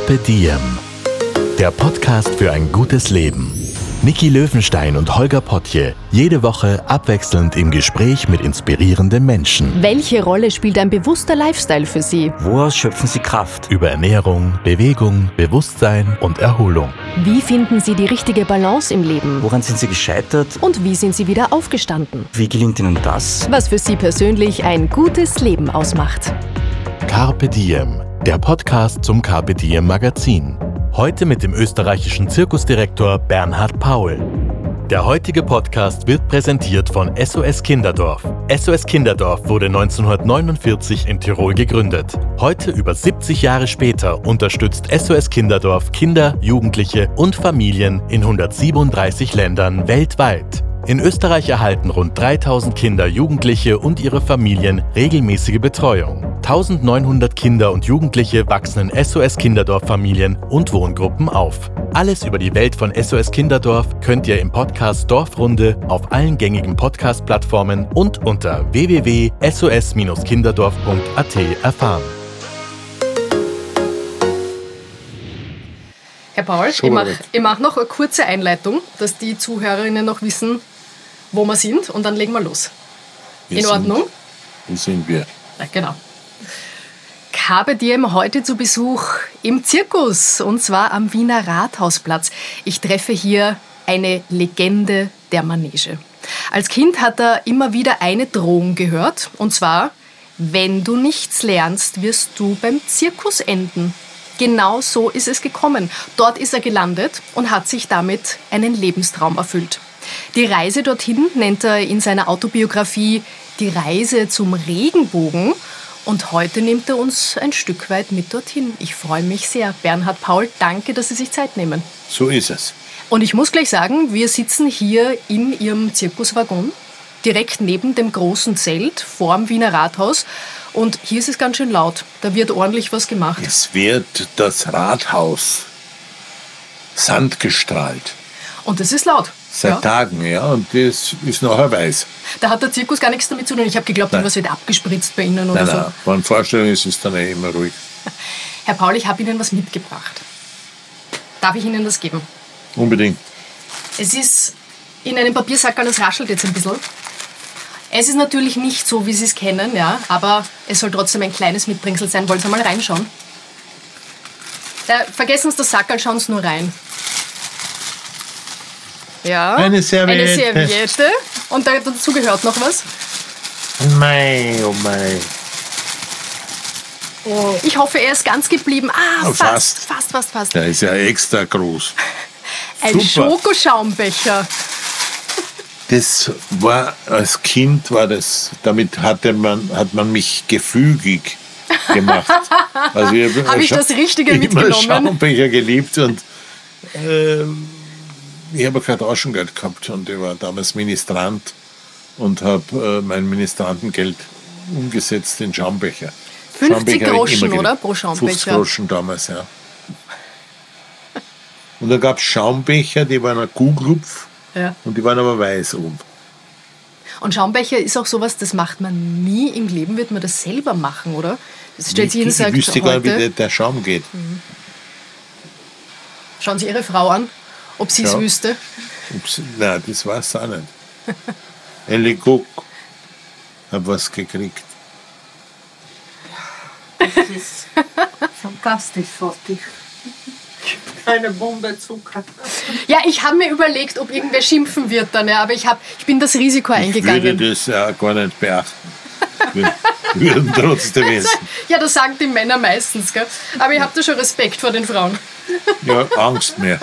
Carpe Diem, der Podcast für ein gutes Leben. Niki Löwenstein und Holger Potje, jede Woche abwechselnd im Gespräch mit inspirierenden Menschen. Welche Rolle spielt ein bewusster Lifestyle für Sie? Woraus schöpfen Sie Kraft? Über Ernährung, Bewegung, Bewusstsein und Erholung. Wie finden Sie die richtige Balance im Leben? Woran sind Sie gescheitert? Und wie sind Sie wieder aufgestanden? Wie gelingt Ihnen das? Was für Sie persönlich ein gutes Leben ausmacht. Carpe Diem, der Podcast zum Carpe Diem Magazin. Heute mit dem österreichischen Zirkusdirektor Bernhard Paul. Der heutige Podcast wird präsentiert von SOS Kinderdorf. SOS Kinderdorf wurde 1949 in Tirol gegründet. Heute, über 70 Jahre später, unterstützt SOS Kinderdorf Kinder, Jugendliche und Familien in 137 Ländern weltweit. In Österreich erhalten rund 3000 Kinder, Jugendliche und ihre Familien regelmäßige Betreuung. 1900 Kinder und Jugendliche wachsen in SOS Kinderdorf-Familien und Wohngruppen auf. Alles über die Welt von SOS Kinderdorf könnt ihr im Podcast Dorfrunde auf allen gängigen Podcast-Plattformen und unter www.sos-kinderdorf.at erfahren. Herr Paul, ich mach noch eine kurze Einleitung, dass die Zuhörerinnen noch wissen, wo wir sind, und dann legen wir los. In Ordnung? Wo sind wir? Ja, genau. Carpe Diem heute zu Besuch im Zirkus, und zwar am Wiener Rathausplatz. Ich treffe hier eine Legende der Manege. Als Kind hat er immer wieder eine Drohung gehört, und zwar: wenn du nichts lernst, wirst du beim Zirkus enden. Genau so ist es gekommen. Dort ist er gelandet und hat sich damit einen Lebenstraum erfüllt. Die Reise dorthin nennt er in seiner Autobiografie Die Reise zum Regenbogen. Und heute nimmt er uns ein Stück weit mit dorthin. Ich freue mich sehr. Bernhard Paul, danke, dass Sie sich Zeit nehmen. So ist es. Und ich muss gleich sagen, wir sitzen hier in Ihrem Zirkuswaggon, direkt neben dem großen Zelt vorm Wiener Rathaus. Und hier ist es ganz schön laut. Da wird ordentlich was gemacht. Es wird das Rathaus sandgestrahlt. Und das ist laut. Seit Tagen, ja. Und das ist nachher weiß. Da hat der Zirkus gar nichts damit zu tun. Ich habe geglaubt, irgendwas wird abgespritzt bei Ihnen oder so. Nein, wenn Vorstellung ist, ist dann immer ruhig. Herr Paul, ich habe Ihnen was mitgebracht. Darf ich Ihnen das geben? Unbedingt. Es ist in einem Papiersackerl, das raschelt jetzt ein bisschen. Es ist natürlich nicht so, wie Sie es kennen, ja, aber es soll trotzdem ein kleines Mitbringsel sein. Wollen Sie mal reinschauen? Vergessen Sie das Sackerl, schauen Sie nur rein. Ja, eine Serviette. Eine Serviette. Und dazu gehört noch was. Mei, oh mei. Oh, ich hoffe, er ist ganz geblieben. Fast. Der ist ja extra groß. Ein Super. Schokoschaumbecher. Das war, als Kind war das, damit hat man mich gefügig gemacht. Also Habe ich das Richtige mitgenommen? Ich habe Schaumbecher geliebt und ich habe kein Taschengeld gehabt und ich war damals Ministrant und habe mein Ministrantengeld umgesetzt in Schaumbecher. 50 Groschen, immer oder? Pro Schaumbecher. 50 Groschen damals, ja. Und da gab es Schaumbecher, die waren ein Kuhglupf, ja, und die waren aber weiß oben. Und Schaumbecher ist auch sowas, das macht man nie im Leben, wird man das selber machen, oder? Das stellt sich hin und sagt, ich wüsste gar nicht, wie der Schaum geht. Schauen Sie Ihre Frau an, ob sie es wüsste. Nein, das weiß sie auch nicht. Elle Coq hat was gekriegt. Das ist fantastisch für dich. Eine Bombe Zucker. Ja, ich habe mir überlegt, ob irgendwer schimpfen wird dann, ja, aber ich bin das Risiko eingegangen. Ich würde das gar nicht beachten. Wir würden trotzdem essen. Ja, das sagen die Männer meistens, gell? Aber ich habe da schon Respekt vor den Frauen. Ja, Angst mehr.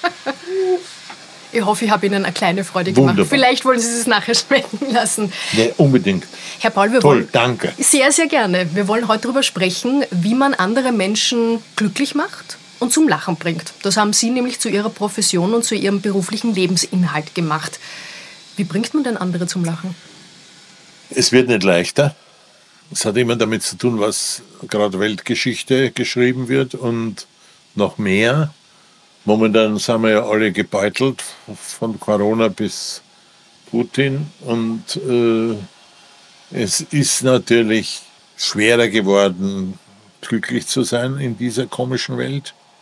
Ich hoffe, ich habe Ihnen eine kleine Freude gemacht. Wunderbar. Vielleicht wollen Sie es nachher schmecken lassen. Nee, unbedingt. Herr Paul, wir Toll, wollen danke. sehr, sehr gerne. Wir wollen heute darüber sprechen, wie man andere Menschen glücklich macht und zum Lachen bringt. Das haben Sie nämlich zu Ihrer Profession und zu Ihrem beruflichen Lebensinhalt gemacht. Wie bringt man denn andere zum Lachen? Es wird nicht leichter. Es hat immer damit zu tun, was gerade Weltgeschichte geschrieben wird und noch mehr. Momentan sind wir ja alle gebeutelt, von Corona bis Putin. Und es ist natürlich schwerer geworden, glücklich zu sein in dieser komischen Welt.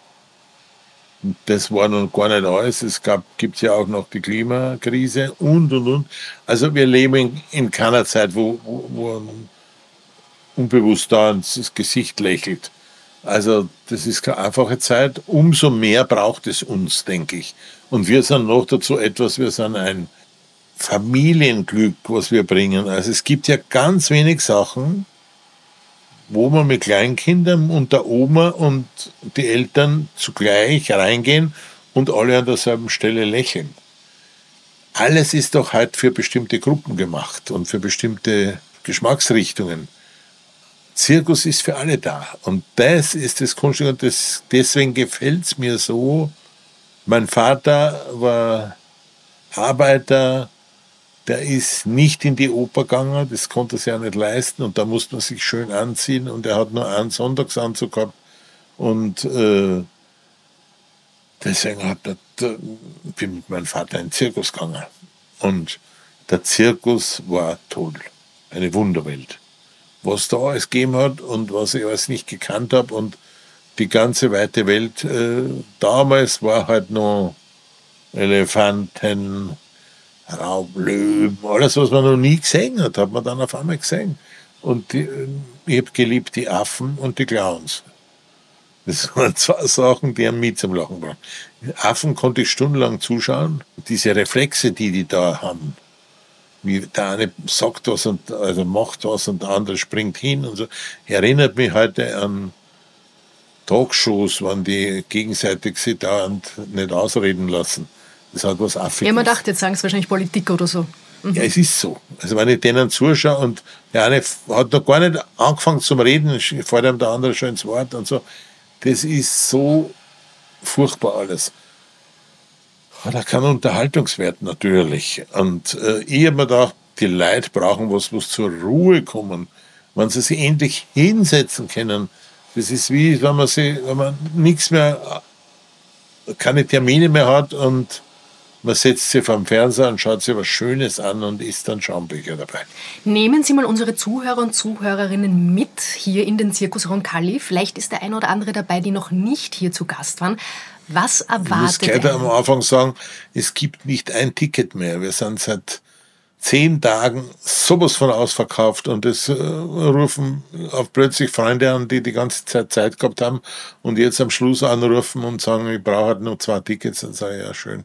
Das war noch gar nicht alles. Es gibt ja auch noch die Klimakrise und. Also wir leben in keiner Zeit, wo unbewusst da das Gesicht lächelt. Also das ist keine einfache Zeit. Umso mehr braucht es uns, denke ich. Und wir sind noch dazu wir sind ein Familienglück, was wir bringen. Also es gibt ja ganz wenig Sachen, wo man mit Kleinkindern und der Oma und die Eltern zugleich reingehen und alle an derselben Stelle lächeln. Alles ist doch halt für bestimmte Gruppen gemacht und für bestimmte Geschmacksrichtungen. Zirkus ist für alle da. Und das ist das Kunststück und deswegen gefällt es mir so. Mein Vater war Arbeiter, der ist nicht in die Oper gegangen, das konnte er sich ja nicht leisten und da musste man sich schön anziehen und er hat nur einen Sonntagsanzug gehabt und deswegen bin ich mit meinem Vater in den Zirkus gegangen und der Zirkus war toll, eine Wunderwelt. Was da alles gegeben hat und was ich alles nicht gekannt habe und die ganze weite Welt, damals war halt noch Elefanten, Raublöwen, alles, was man noch nie gesehen hat man dann auf einmal gesehen. Und ich habe geliebt die Affen und die Clowns. Das waren zwei Sachen, die haben mich zum Lachen gebracht. Affen konnte ich stundenlang zuschauen. Diese Reflexe, die da haben, wie der eine sagt was und also macht was und der andere springt hin und so, erinnert mich heute an Talkshows, wenn die gegenseitig sich da und nicht ausreden lassen. Das hat was Affiges. Ja, man dachte, jetzt sagen sie wahrscheinlich Politik oder so. Ja, es ist so. Also wenn ich denen zuschaue und der eine hat noch gar nicht angefangen zum Reden, fällt ihm der andere schon ins Wort und so. Das ist so furchtbar alles. Hat auch keinen Unterhaltungswert natürlich. Und ich habe mir gedacht, die Leute brauchen was zur Ruhe kommen. Wenn sie sich endlich hinsetzen können. Das ist wie, wenn man nichts mehr, keine Termine mehr hat und man setzt sich vor dem Fernseher und schaut sich was Schönes an und isst dann Schaumbücher dabei. Nehmen Sie mal unsere Zuhörer und Zuhörerinnen mit hier in den Zirkus Roncalli. Vielleicht ist der eine oder andere dabei, die noch nicht hier zu Gast waren. Was erwartet Ich muss gleich am Anfang sagen, es gibt nicht ein Ticket mehr. Wir sind seit 10 Tagen sowas von ausverkauft und es rufen auch plötzlich Freunde an, die ganze Zeit gehabt haben und jetzt am Schluss anrufen und sagen, ich brauche halt noch 2 Tickets. Dann sage ich, ja schön.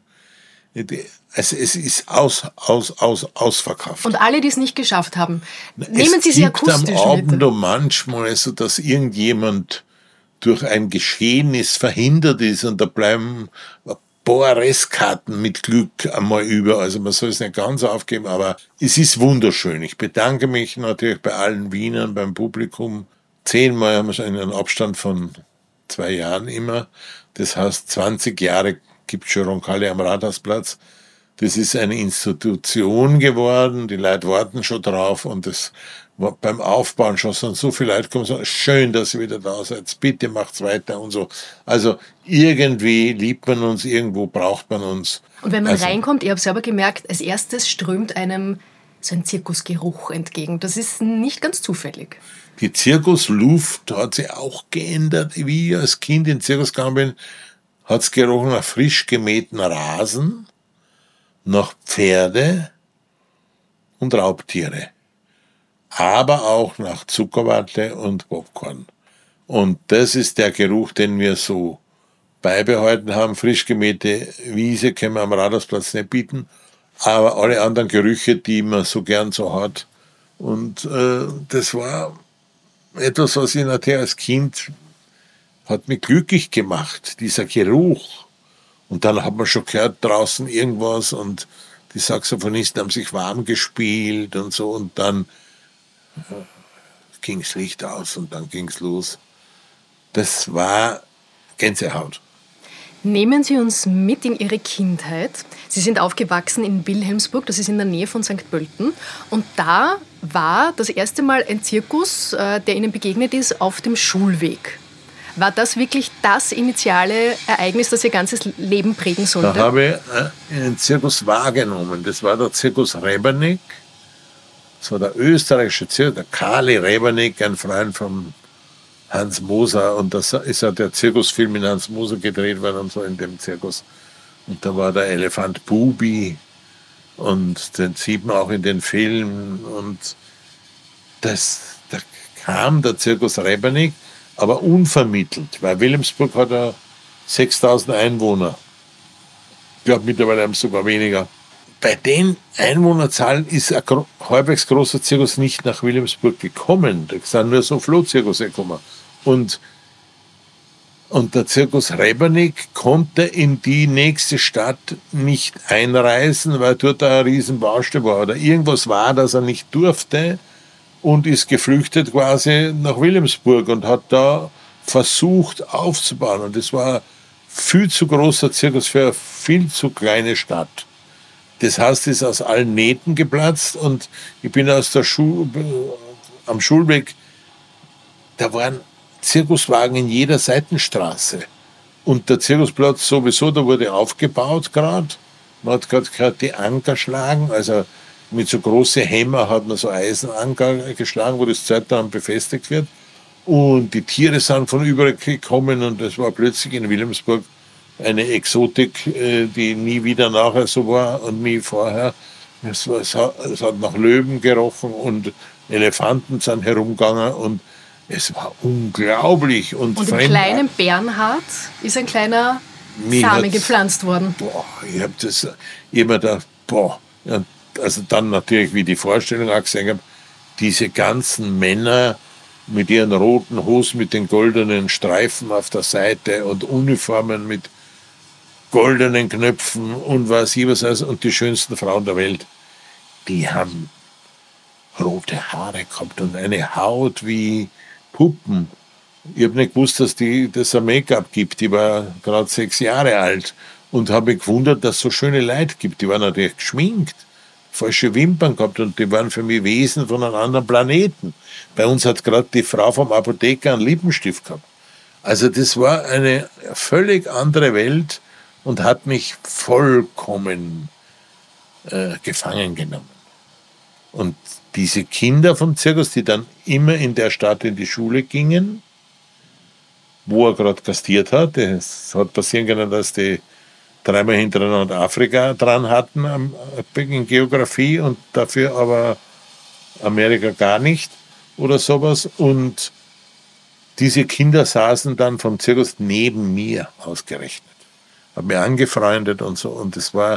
Es ist ausverkauft. Und alle, die es nicht geschafft haben, nehmen Sie sie akustisch mit. Es gibt am Abend manchmal so, dass irgendjemand durch ein Geschehnis verhindert ist und da bleiben ein paar Restkarten mit Glück einmal über. Also man soll es nicht ganz aufgeben, aber es ist wunderschön. Ich bedanke mich natürlich bei allen Wienern, beim Publikum. 10-mal haben wir schon einen Abstand von 2 Jahren immer. Das heißt, 20 Jahre gibt schon Roncalli am Rathausplatz. Das ist eine Institution geworden, die Leute warten schon drauf und das war beim Aufbauen schon so viele Leute kommen, so schön, dass ihr wieder da seid, bitte macht's weiter und so. Also irgendwie liebt man uns, irgendwo braucht man uns. Und wenn man reinkommt, ich habe selber gemerkt, als erstes strömt einem so ein Zirkusgeruch entgegen. Das ist nicht ganz zufällig. Die Zirkusluft hat sich auch geändert, wie ich als Kind in den Zirkus gegangen bin. Hat es gerochen nach frisch gemähten Rasen, nach Pferde und Raubtiere. Aber auch nach Zuckerwatte und Popcorn. Und das ist der Geruch, den wir so beibehalten haben. Frisch gemähte Wiese können wir am Rathausplatz nicht bieten, aber alle anderen Gerüche, die man so gern so hat. Und das war etwas, was ich natürlich als Kind hat mich glücklich gemacht, dieser Geruch. Und dann hat man schon gehört draußen irgendwas und die Saxophonisten haben sich warm gespielt und so und dann ging das Licht aus und dann ging es los. Das war Gänsehaut. Nehmen Sie uns mit in Ihre Kindheit. Sie sind aufgewachsen in Wilhelmsburg, das ist in der Nähe von St. Pölten. Und da war das erste Mal ein Zirkus, der Ihnen begegnet ist, auf dem Schulweg. War das wirklich das initiale Ereignis, das Ihr ganzes Leben prägen sollte? Da habe ich einen Zirkus wahrgenommen. Das war der Zirkus Rebernik. Das war der österreichische Zirkus, der Kali Rebernik, ein Freund von Hans Moser, und das ist ja der Zirkusfilm in Hans Moser gedreht worden und so in dem Zirkus. Und da war der Elefant Bubi und den sieht man auch in den Filmen. Und da kam der Zirkus Rebernig, aber unvermittelt, weil Wilhelmsburg hat ja 6.000 Einwohner. Ich glaube, mittlerweile haben es sogar weniger. Bei den Einwohnerzahlen ist ein halbwegs großer Zirkus nicht nach Wilhelmsburg gekommen. Da sind nur so Flohzirkusse gekommen. Und der Zirkus Rebernig konnte in die nächste Stadt nicht einreisen, weil dort ein riesen Baustelle war. Oder irgendwas war, dass er nicht durfte, und ist geflüchtet quasi nach Wilhelmsburg und hat da versucht aufzubauen. Und das war ein viel zu großer Zirkus für eine viel zu kleine Stadt. Das heißt, es ist aus allen Nähten geplatzt, und ich bin aus der am Schulweg, da waren Zirkuswagen in jeder Seitenstraße. Und der Zirkusplatz sowieso, da wurde aufgebaut gerade. Man hat gerade die Anker schlagen, also mit so großen Hämmer hat man so Eisenanker geschlagen, wo das Zelt dann befestigt wird. Und die Tiere sind von überall gekommen, und das war plötzlich in Wilhelmsburg eine Exotik, die nie wieder nachher so war und nie vorher. Es hat nach Löwen gerochen und Elefanten sind herumgegangen, und es war unglaublich. Und im kleinen Bernhard ist ein kleiner Same gepflanzt worden. Ich habe immer gedacht, ja, also dann natürlich, wie die Vorstellung auch gesehen habe, diese ganzen Männer mit ihren roten Hosen, mit den goldenen Streifen auf der Seite und Uniformen mit goldenen Knöpfen und was ich was alles, und die schönsten Frauen der Welt, die haben rote Haare gehabt und eine Haut wie Puppen. Ich habe nicht gewusst, dass das ein Make-up gibt. Die war gerade 6 Jahre alt und habe mich gewundert, dass es so schöne Leute gibt. Die waren natürlich geschminkt, falsche Wimpern gehabt, und die waren für mich Wesen von einem anderen Planeten. Bei uns hat gerade die Frau vom Apotheker einen Lippenstift gehabt. Also das war eine völlig andere Welt und hat mich vollkommen gefangen genommen. Und diese Kinder vom Zirkus, die dann immer in der Stadt in die Schule gingen, wo er gerade gastiert hat, es hat passieren können, dass die 3-mal hintereinander Afrika dran hatten in Geografie und dafür aber Amerika gar nicht oder sowas. Und diese Kinder saßen dann vom Zirkus neben mir ausgerechnet. Haben mir angefreundet und so, und es war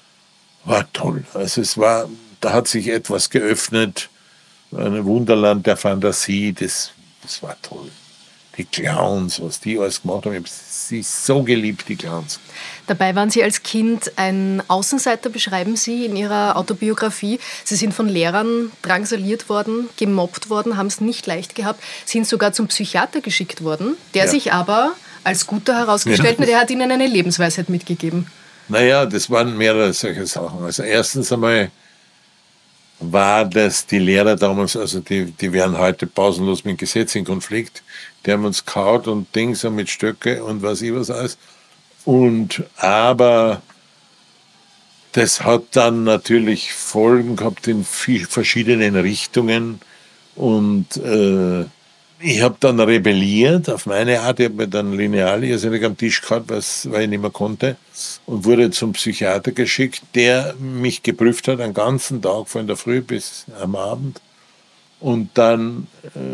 toll. Also da hat sich etwas geöffnet, ein Wunderland der Fantasie, das war toll. Die Clowns, was die alles gemacht haben, ich habe sie so geliebt, die Clowns. Dabei waren Sie als Kind ein Außenseiter, beschreiben Sie in Ihrer Autobiografie. Sie sind von Lehrern drangsaliert worden, gemobbt worden, haben es nicht leicht gehabt, sind sogar zum Psychiater geschickt worden, der sich aber als guter herausgestellt hat, der hat Ihnen eine Lebensweisheit mitgegeben. Naja, das waren mehrere solche Sachen. Also erstens einmal war das die Lehrer damals, also die wären heute pausenlos mit dem Gesetz in Konflikt. Die haben uns kaut und Dings und mit Stöcke und was ich was alles. Aber das hat dann natürlich Folgen gehabt in verschiedenen Richtungen. Und ich habe dann rebelliert auf meine Art. Ich habe mir dann Lineal irrsinnig am Tisch gehabt, weil ich nicht mehr konnte. Und wurde zum Psychiater geschickt, der mich geprüft hat, den ganzen Tag, von der Früh bis am Abend. Und dann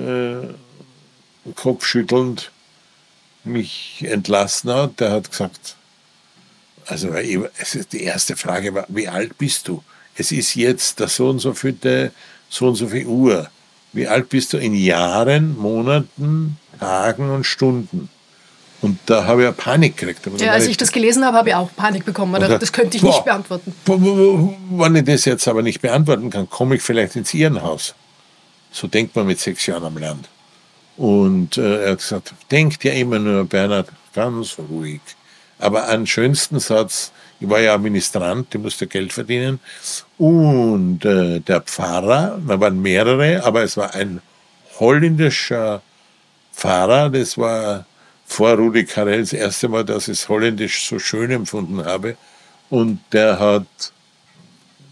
kopfschüttelnd mich entlassen hat. Der hat gesagt, also die erste Frage war, wie alt bist du? Es ist jetzt der so und so viel Uhr. Wie alt bist du in Jahren, Monaten, Tagen und Stunden? Und da habe ich eine Panik gekriegt. Ja, als ich das gelesen habe, habe ich auch Panik bekommen. Das könnte ich nicht beantworten. Wenn ich das jetzt aber nicht beantworten kann, komme ich vielleicht ins Irrenhaus. So denkt man mit 6 Jahren am Land. Und er hat gesagt, denkt ja immer nur, Bernhard, ganz ruhig. Aber am schönsten Satz, ich war ja Ministrant, ich musste Geld verdienen. Und der Pfarrer, da waren mehrere, aber es war ein holländischer Pfarrer, das war vor Rudi Carrell das erste Mal, dass ich Holländisch so schön empfunden habe. Und der hat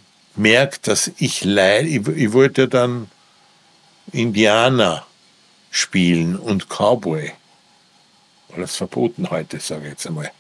gemerkt, dass ich wollte dann Indianer spielen und Cowboy. Alles verboten heute, sage ich jetzt einmal.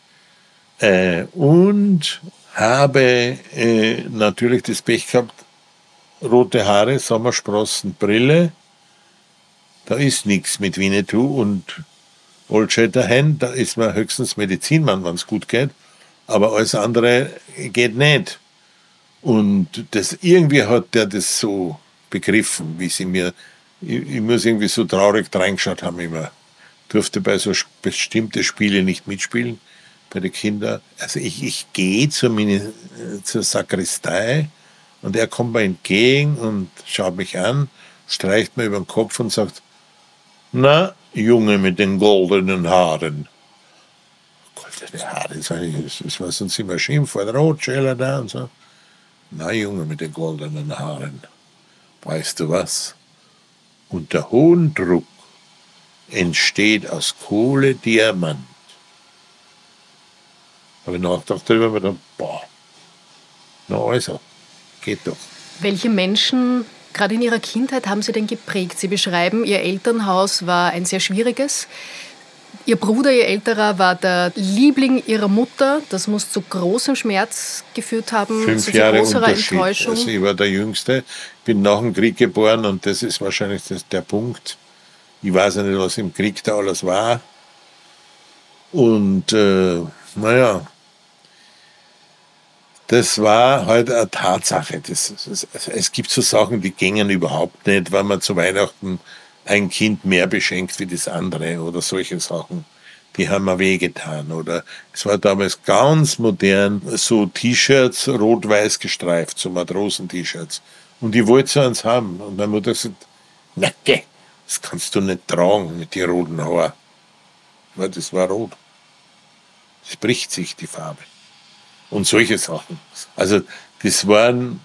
Und habe natürlich das Pech gehabt, rote Haare, Sommersprossen, Brille. Da ist nichts mit Winnetou und Old Shatterhand. Da ist man höchstens Medizinmann, wenn es gut geht. Aber alles andere geht nicht. Und das, irgendwie hat der das so begriffen, wie sie mir, ich muss irgendwie so traurig reingeschaut haben immer. Durfte bei so bestimmte Spiele nicht mitspielen, bei den Kindern. Also ich gehe zur Sakristei und er kommt mir entgegen und schaut mich an, streicht mir über den Kopf und sagt, na, Junge mit den goldenen Haaren. Goldene Haare, das war sonst immer Schimpfwort, Rotschäler da und so. Na, Junge mit den goldenen Haaren, weißt du was? Unter hohem Druck entsteht aus Kohle Diamant. Habe ich nachgedacht darüber und gedacht, boah, na also, geht doch. Welche Menschen, gerade in Ihrer Kindheit, haben Sie denn geprägt? Sie beschreiben, Ihr Elternhaus war ein sehr schwieriges. Ihr Bruder, Ihr Älterer, war der Liebling Ihrer Mutter. Das muss zu großem Schmerz geführt haben, 5 zu Jahre größerer Unterschied. Enttäuschung. Also ich war der Jüngste, bin nach dem Krieg geboren und das ist wahrscheinlich der Punkt. Ich weiß ja nicht, was im Krieg da alles war. Und naja, das war halt eine Tatsache. Es gibt so Sachen, die gingen überhaupt nicht, weil man zu Weihnachten ein Kind mehr beschenkt wie das andere oder solche Sachen. Die haben mir wehgetan. Oder es war damals ganz modern, so T-Shirts rot-weiß gestreift, so Matrosen-T-Shirts. Und ich wollte so eins haben. Und meine Mutter hat gesagt, na geh, das kannst du nicht tragen mit den roten Haaren. Weil das war rot. Das bricht sich, die Farbe. Und solche Sachen. Also das waren,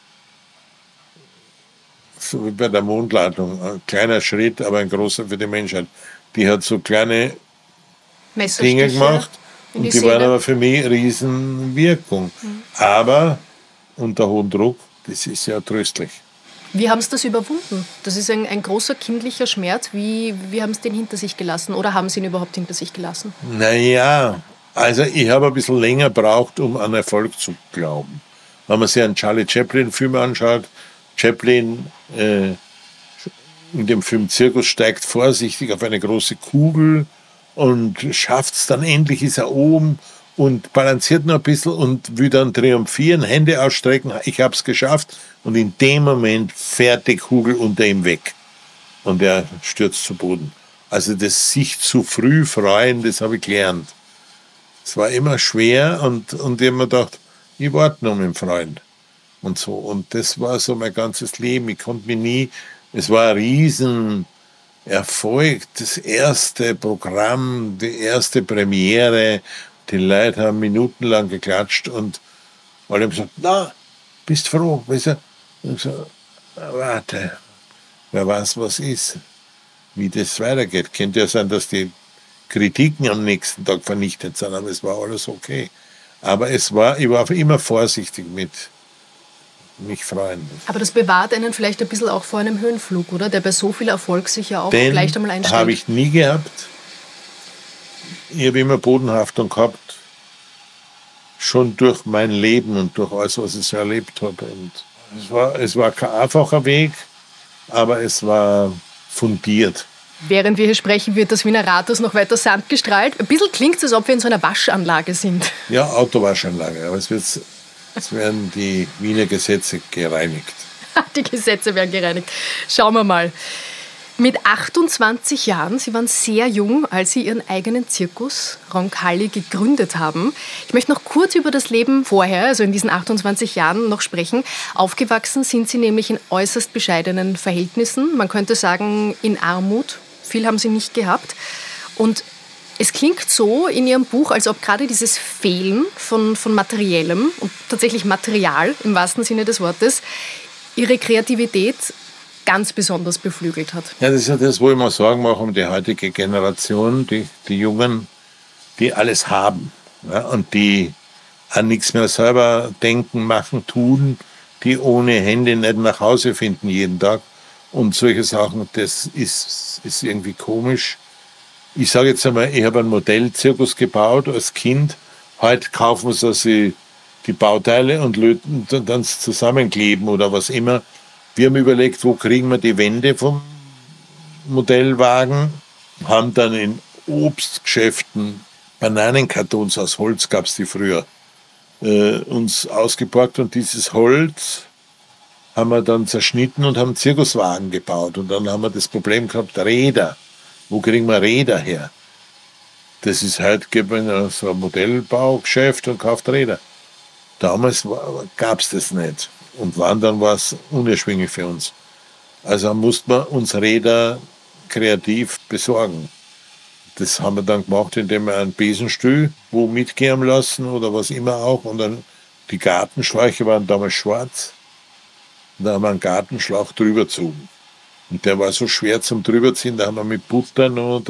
so wie bei der Mondlandung, ein kleiner Schritt, aber ein großer für die Menschheit. Die hat so kleine Dinge gemacht und die waren aber für mich Riesenwirkung. Aber unter hohem Druck, das ist ja tröstlich. Wie haben Sie das überwunden? Das ist ein großer kindlicher Schmerz. Wie haben Sie den hinter sich gelassen? Oder haben Sie ihn überhaupt hinter sich gelassen? Naja, also ich habe ein bisschen länger gebraucht, um an Erfolg zu glauben. Wenn man sich einen Charlie Chaplin-Film anschaut, Chaplin in dem Film Zirkus steigt vorsichtig auf eine große Kugel und schafft es dann endlich, ist er oben und balanciert noch ein bisschen und will dann triumphieren, Hände ausstrecken, ich habe es geschafft und in dem Moment fährt die Kugel unter ihm weg und er stürzt zu Boden. Also das sich zu früh freuen, das habe ich gelernt. Es war immer schwer und ich habe mir gedacht, ich warte noch mit dem Freund und so. Und das war so mein ganzes Leben. Ich konnte mich nie, es war ein Riesenerfolg, das erste Programm, die erste Premiere. Die Leute haben minutenlang geklatscht und alle haben gesagt, na, bist froh. Weißt du? Und ich gesagt, warte, wer weiß, was ist, wie das weitergeht. Könnte ja sein, dass die Kritiken am nächsten Tag vernichtet sind, aber es war alles okay. Aber ich war immer vorsichtig mit mich freuen. Aber das bewahrt einen vielleicht ein bisschen auch vor einem Höhenflug, oder? Der bei so viel Erfolg sich ja auch gleich einmal einstellt. Den habe ich nie gehabt. Ich habe immer Bodenhaftung gehabt, schon durch mein Leben und durch alles, was ich so erlebt habe. Und es war kein einfacher Weg, aber es war fundiert. Während wir hier sprechen, wird das Wiener Rathaus noch weiter Sand gestrahlt. Ein bisschen klingt es, als ob wir in so einer Waschanlage sind. Ja, Autowaschanlage, aber es werden die Wiener Gesetze gereinigt. Die Gesetze werden gereinigt. Schauen wir mal. Mit 28 Jahren, Sie waren sehr jung, als Sie Ihren eigenen Zirkus Roncalli gegründet haben. Ich möchte noch kurz über das Leben vorher, also in diesen 28 Jahren, noch sprechen. Aufgewachsen sind Sie nämlich in äußerst bescheidenen Verhältnissen. Man könnte sagen, in Armut. Viel haben Sie nicht gehabt. Und es klingt so in Ihrem Buch, als ob gerade dieses Fehlen von Materiellem und tatsächlich Material im wahrsten Sinne des Wortes Ihre Kreativität ganz besonders beflügelt hat. Ja, das ist ja das, wo ich mal Sorgen mache um die heutige Generation, die Jungen, die alles haben, ja, und die an nichts mehr selber denken, machen, tun, die ohne Handy nicht nach Hause finden jeden Tag und solche Sachen, das ist irgendwie komisch. Ich sage jetzt einmal, ich habe einen Modellzirkus gebaut als Kind. Heute kaufen sie die Bauteile und löten dann zusammenkleben oder was immer. Wir haben überlegt, wo kriegen wir die Wände vom Modellwagen, haben dann in Obstgeschäften Bananenkartons aus Holz, gab es die früher, uns ausgeborgt, und dieses Holz haben wir dann zerschnitten und haben Zirkuswagen gebaut. Und dann haben wir das Problem gehabt, Räder. Wo kriegen wir Räder her? Das ist halt, geht man in so ein Modellbaugeschäft und kauft Räder. Damals gab es das nicht. Und dann war es unerschwinglich für uns. Also mussten wir uns Räder kreativ besorgen. Das haben wir dann gemacht, indem wir einen Besenstuhl wo mitgehen lassen oder was immer auch. Und dann die Gartenschläuche waren damals schwarz. Und da haben wir einen Gartenschlauch drüber gezogen. Und der war so schwer zum drüberziehen, da haben wir mit Butter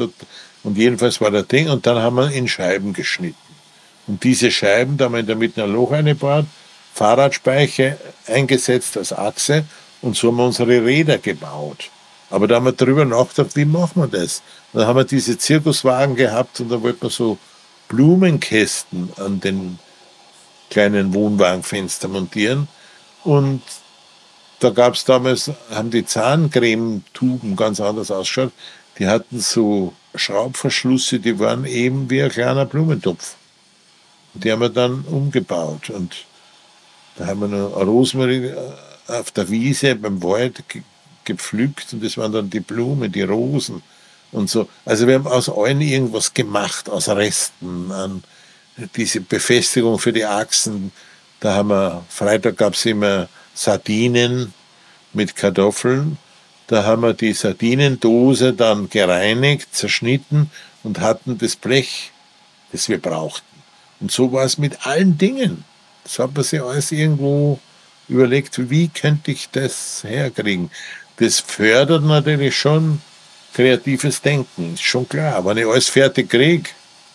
und jedenfalls war das Ding. Und dann haben wir in Scheiben geschnitten. Und diese Scheiben, da haben wir in der Mitte ein Loch eingebaut, Fahrradspeiche eingesetzt als Achse, und so haben wir unsere Räder gebaut. Aber da haben wir darüber nachgedacht, wie machen wir das? Und dann haben wir diese Zirkuswagen gehabt und da wollten wir so Blumenkästen an den kleinen Wohnwagenfenster montieren. Und da gab es damals, haben die Zahncremetuben ganz anders ausgeschaut. Die hatten so Schraubverschlüsse, die waren eben wie ein kleiner Blumentopf. Und die haben wir dann umgebaut. Und da haben wir noch Rosmarin auf der Wiese beim Wald gepflückt, und das waren dann die Blumen, die Rosen und so. Also wir haben aus allen irgendwas gemacht, aus Resten, an diese Befestigung für die Achsen. Da haben wir, Freitag gab es immer Sardinen mit Kartoffeln. Da haben wir die Sardinendose dann gereinigt, zerschnitten und hatten das Blech, das wir brauchten. Und so war es mit allen Dingen. Das hat man sich alles irgendwo überlegt, wie könnte ich das herkriegen. Das fördert natürlich schon kreatives Denken, ist schon klar. Wenn ich alles fertig kriege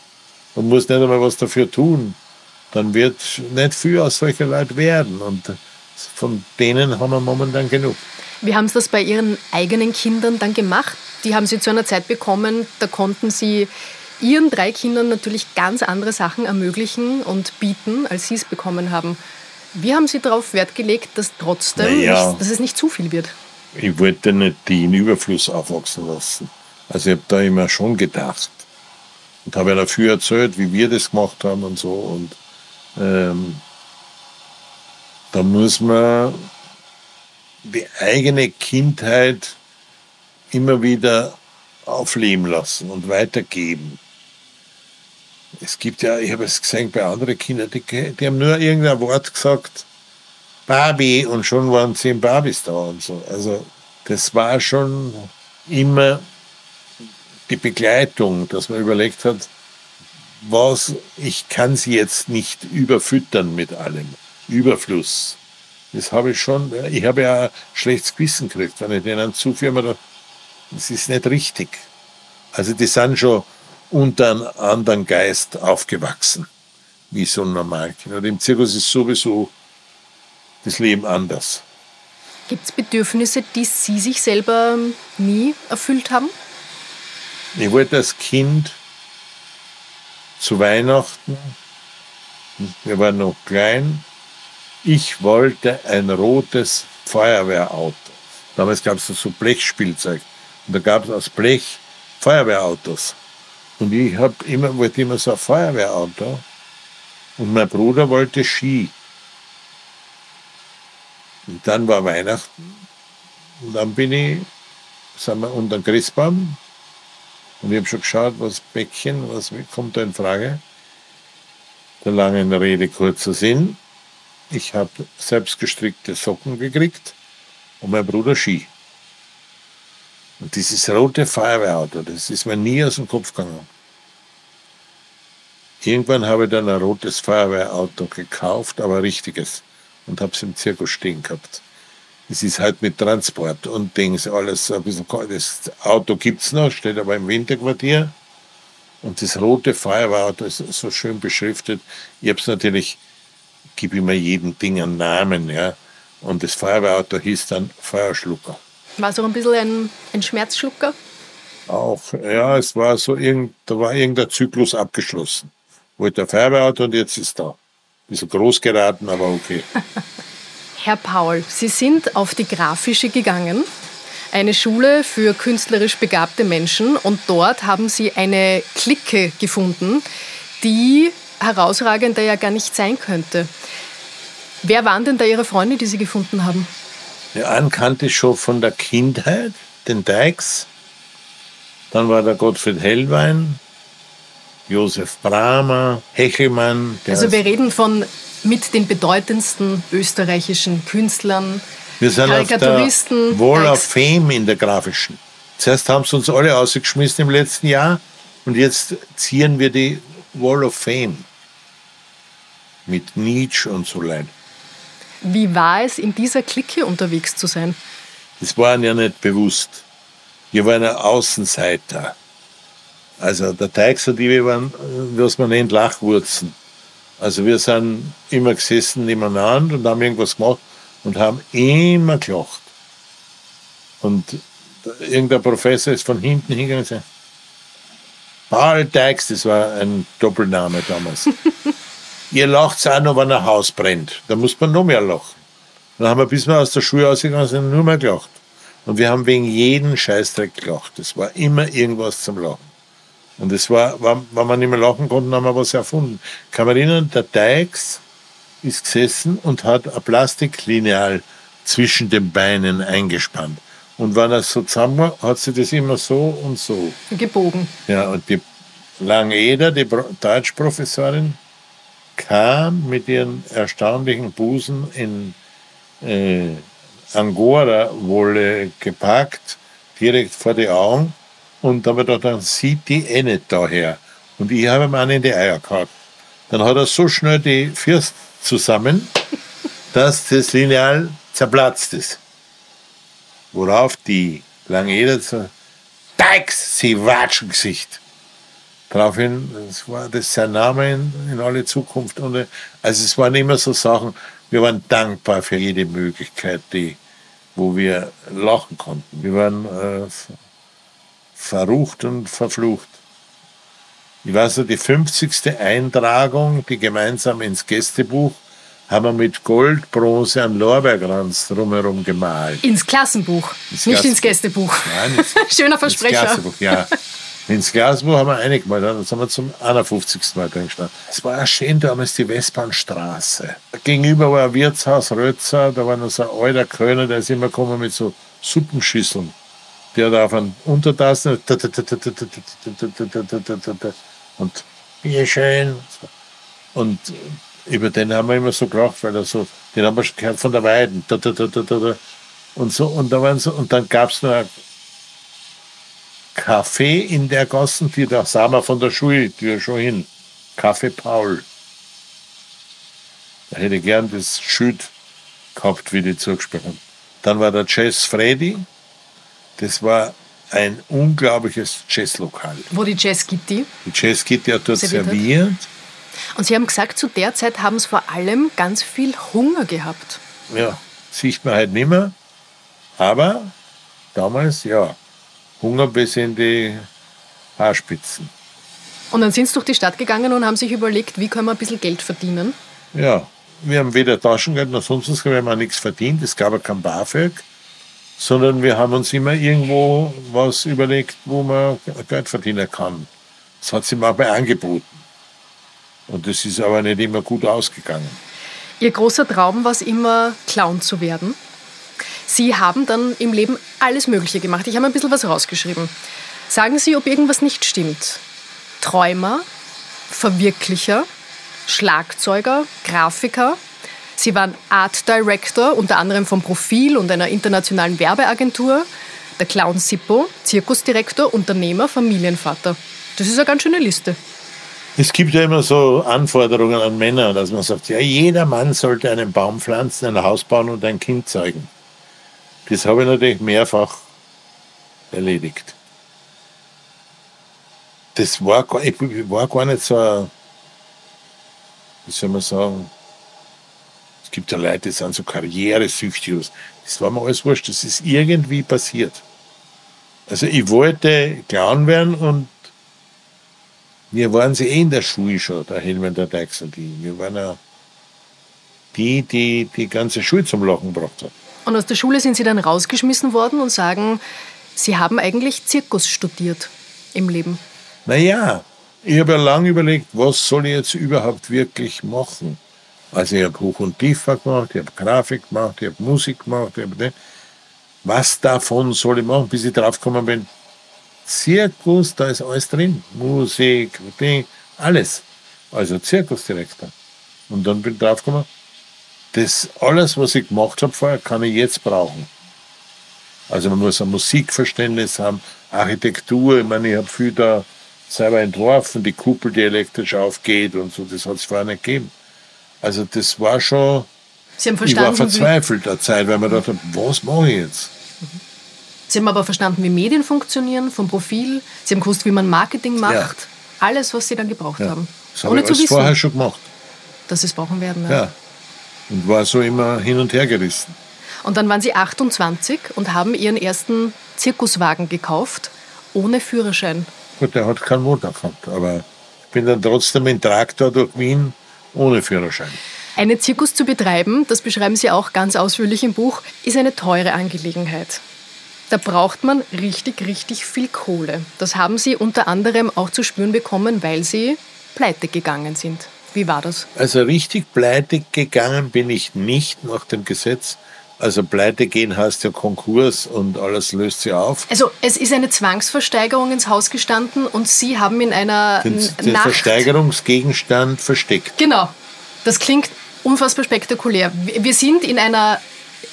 und muss nicht einmal was dafür tun, dann wird nicht viel aus solcher Leuten werden. Und von denen haben wir momentan genug. Wie haben Sie das bei Ihren eigenen Kindern dann gemacht? Die haben Sie zu einer Zeit bekommen, da konnten Sie Ihren 3 Kindern natürlich ganz andere Sachen ermöglichen und bieten, als Sie es bekommen haben. Wie haben Sie darauf Wert gelegt, dass trotzdem dass es nicht zu viel wird? Ich wollte nicht die in Überfluss aufwachsen lassen. Also ich habe da immer schon gedacht und habe ja dafür erzählt, wie wir das gemacht haben und so. Und da muss man die eigene Kindheit immer wieder aufleben lassen und weitergeben. Es gibt ja, ich habe es gesehen bei anderen Kindern, die haben nur irgendein Wort gesagt, Barbie, und schon waren 10 Barbies da und so. Also das war schon immer die Begleitung, dass man überlegt hat, ich kann sie jetzt nicht überfüttern mit allem. Überfluss. Das habe ich schon, ich habe ja ein schlechtes Gewissen gekriegt, wenn ich denen zuführe, das ist nicht richtig. Also die sind schon unter einem anderen Geist aufgewachsen, wie so ein Normalkind. Und im Zirkus ist sowieso das Leben anders. Gibt es Bedürfnisse, die Sie sich selber nie erfüllt haben? Ich wollte als Kind zu Weihnachten, wir waren noch klein, ich wollte ein rotes Feuerwehrauto. Damals gab es so Blechspielzeug. Und da gab es aus Blech Feuerwehrautos. Und ich wollte immer so ein Feuerwehrauto. Und mein Bruder wollte Ski. Und dann war Weihnachten. Und dann sind wir unter dem Christbaum. Und ich habe schon geschaut, was kommt da in Frage. Der langen Rede kurzer Sinn. Ich habe selbstgestrickte Socken gekriegt und mein Bruder Ski. Und dieses rote Feuerwehrauto, das ist mir nie aus dem Kopf gegangen. Irgendwann habe ich dann ein rotes Feuerwehrauto gekauft, aber ein richtiges, und habe es im Zirkus stehen gehabt. Es ist halt mit Transport und Dings alles ein bisschen kalt. Das Auto gibt es noch, steht aber im Winterquartier. Und das rote Feuerwehrauto ist so schön beschriftet. Ich habe es natürlich, gebe immer jedem Ding einen Namen, ja. Und das Feuerwehrauto hieß dann Feuerschlucker. War so ein bisschen ein Schmerzschlucker? Auch, ja, es war so, da war irgendein Zyklus abgeschlossen. Wollte ein Feuerwehrauto und jetzt ist da. Bisschen groß geraten, aber okay. Herr Paul, Sie sind auf die Grafische gegangen, eine Schule für künstlerisch begabte Menschen, und dort haben Sie eine Clique gefunden, die herausragender ja gar nicht sein könnte. Wer waren denn da Ihre Freunde, die Sie gefunden haben? Ja, einen kannte ich schon von der Kindheit, den Deix. Dann war der Gottfried Hellwein, Josef Brammer, Hechelmann. Also wir reden von mit den bedeutendsten österreichischen Künstlern, wir sind auf der Wall of Deix. Fame in der Grafischen. Zuerst haben sie uns alle ausgeschmissen im letzten Jahr und jetzt zieren wir die Wall of Fame mit Nietzsche und so Leid. Wie war es, in dieser Clique unterwegs zu sein? Das war ihnen ja nicht bewusst. Wir waren ein Außenseiter. Also der Teix und ich, wir waren, was man nennt, Lachwurzen. Also wir sind immer gesessen nebeneinander und haben irgendwas gemacht und haben immer gelacht. Und irgendein Professor ist von hinten hingegangen und gesagt, Paul Teix, das war ein Doppelname damals. Ihr lacht auch noch, wenn ein Haus brennt. Da muss man noch mehr lachen. Dann haben wir, bis wir aus der Schule rausgegangen sind, nur mehr gelacht. Und wir haben wegen jedem Scheißdreck gelacht. Es war immer irgendwas zum Lachen. Und es war, wenn wir nicht mehr lachen konnten, haben wir was erfunden. Kann man erinnern, der Teix ist gesessen und hat ein Plastiklineal zwischen den Beinen eingespannt. Und wenn er so zusammen war, hat sie das immer so und so. Gebogen. Ja, und die Langeder, die Deutschprofessorin, kam mit ihren erstaunlichen Busen in Angora-Wolle gepackt, direkt vor die Augen. Und da habe ich gedacht, dann sieht die eh nicht daher. Und ich habe ihm einen in die Eier gehauen. Dann hat er so schnell die Fürst zusammen, dass das Lineal zerplatzt ist. Worauf die Langeder so, Teix, Sie Watschengesicht. Daraufhin, das ist sein Name in alle Zukunft. Und, also es waren immer so Sachen, wir waren dankbar für jede Möglichkeit, wo wir lachen konnten. Wir waren verrucht und verflucht. Ich weiß noch, die 50. Eintragung, die gemeinsam ins Gästebuch, haben wir mit Gold, Bronze einen Lorbeerkranz drumherum gemalt. Ins Klassenbuch, nicht ins Gästebuch. Nein, Schöner Versprecher. Ins Gästebuch, ja. Ins Glasbuch haben wir eingemalt, dann sind wir zum 51. Mal drin gestanden. Es war ja schön, damals die Westbahnstraße. Gegenüber war ein Wirtshaus Rötzer, da war noch so ein alter Kölner, der ist immer gekommen mit so Suppenschüsseln. Der hat auf einen Untertassen und Bier schön. Und über den haben wir immer so gelacht, weil er so, den haben wir schon gehört von der Weiden. Und so, und da waren so, und dann gab es noch ein Café in der Gassen, da sahen wir von der Schultür schon hin. Café Paul. Da hätte ich gern das Schild gehabt, wie die zugesprochen haben. Dann war der Jazz Freddy. Das war ein unglaubliches Jazzlokal. Wo die Jazz Kitty. Die Jazz Kitty hat dort serviert. Und Sie haben gesagt, zu der Zeit haben Sie vor allem ganz viel Hunger gehabt. Ja, sieht man halt nicht mehr. Aber damals, ja, Hunger bis in die Haarspitzen. Und dann sind Sie durch die Stadt gegangen und haben sich überlegt, wie können wir ein bisschen Geld verdienen? Ja, wir haben weder Taschengeld noch sonst was, wir haben auch nichts verdient. Es gab ja kein BAföG, sondern wir haben uns immer irgendwo was überlegt, wo man Geld verdienen kann. Das hat sich mal bei angeboten. Und das ist aber nicht immer gut ausgegangen. Ihr großer Traum war es immer, Clown zu werden. Sie haben dann im Leben alles Mögliche gemacht. Ich habe ein bisschen was rausgeschrieben. Sagen Sie, ob irgendwas nicht stimmt. Träumer, Verwirklicher, Schlagzeuger, Grafiker. Sie waren Art Director, unter anderem vom Profil und einer internationalen Werbeagentur. Der Clown Sippo, Zirkusdirektor, Unternehmer, Familienvater. Das ist eine ganz schöne Liste. Es gibt ja immer so Anforderungen an Männer, dass man sagt, ja, jeder Mann sollte einen Baum pflanzen, ein Haus bauen und ein Kind zeugen. Das habe ich natürlich mehrfach erledigt. Ich war gar nicht so, wie soll man sagen, Es gibt ja Leute, die sind so karrieresüchtig. Das war mir alles wurscht, das ist irgendwie passiert. Also ich wollte Clown werden und wir waren sie in der Schule schon, der Helmer, der Deichsel. Wir waren ja die ganze Schule zum Lachen gebracht hat. Und aus der Schule sind Sie dann rausgeschmissen worden und sagen, Sie haben eigentlich Zirkus studiert im Leben. Naja, ich habe ja lange überlegt, was soll ich jetzt überhaupt wirklich machen. Also ich habe Hoch- und Tiefbau gemacht, ich habe Grafik gemacht, ich habe Musik gemacht, was davon soll ich machen, bis ich drauf gekommen bin, Zirkus, da ist alles drin. Musik, alles. Also Zirkusdirektor. Und dann bin ich drauf gekommen, das alles, was ich gemacht habe vorher, kann ich jetzt brauchen. Also man muss ein Musikverständnis haben, Architektur, ich meine, ich habe viel da selber entworfen, die Kuppel, die elektrisch aufgeht und so, das hat es vorher nicht gegeben. Also das war schon, Sie haben ich war verstanden, verzweifelt der Zeit, weil man dachte, was mache ich jetzt? Sie haben aber verstanden, wie Medien funktionieren, vom Profil. Sie haben gewusst, wie man Marketing macht. Ja. Alles, was Sie dann gebraucht haben. Das habe ich alles vorher schon gemacht. Dass Sie es brauchen werden. Ja. Und war so immer hin und her gerissen. Und dann waren Sie 28 und haben Ihren ersten Zirkuswagen gekauft, ohne Führerschein. Gut, der hat keinen Motor gehabt, aber ich bin dann trotzdem in Traktor durch Wien ohne Führerschein. Einen Zirkus zu betreiben, das beschreiben Sie auch ganz ausführlich im Buch, ist eine teure Angelegenheit. Da braucht man richtig, richtig viel Kohle. Das haben Sie unter anderem auch zu spüren bekommen, weil Sie pleite gegangen sind. Wie war das? Also richtig pleite gegangen bin ich nicht nach dem Gesetz. Also pleite gehen heißt ja Konkurs und alles löst sich auf. Also es ist eine Zwangsversteigerung ins Haus gestanden und Sie haben in einer Den Nacht... Versteigerungsgegenstand versteckt. Genau. Das klingt unfassbar spektakulär. Wir sind in einer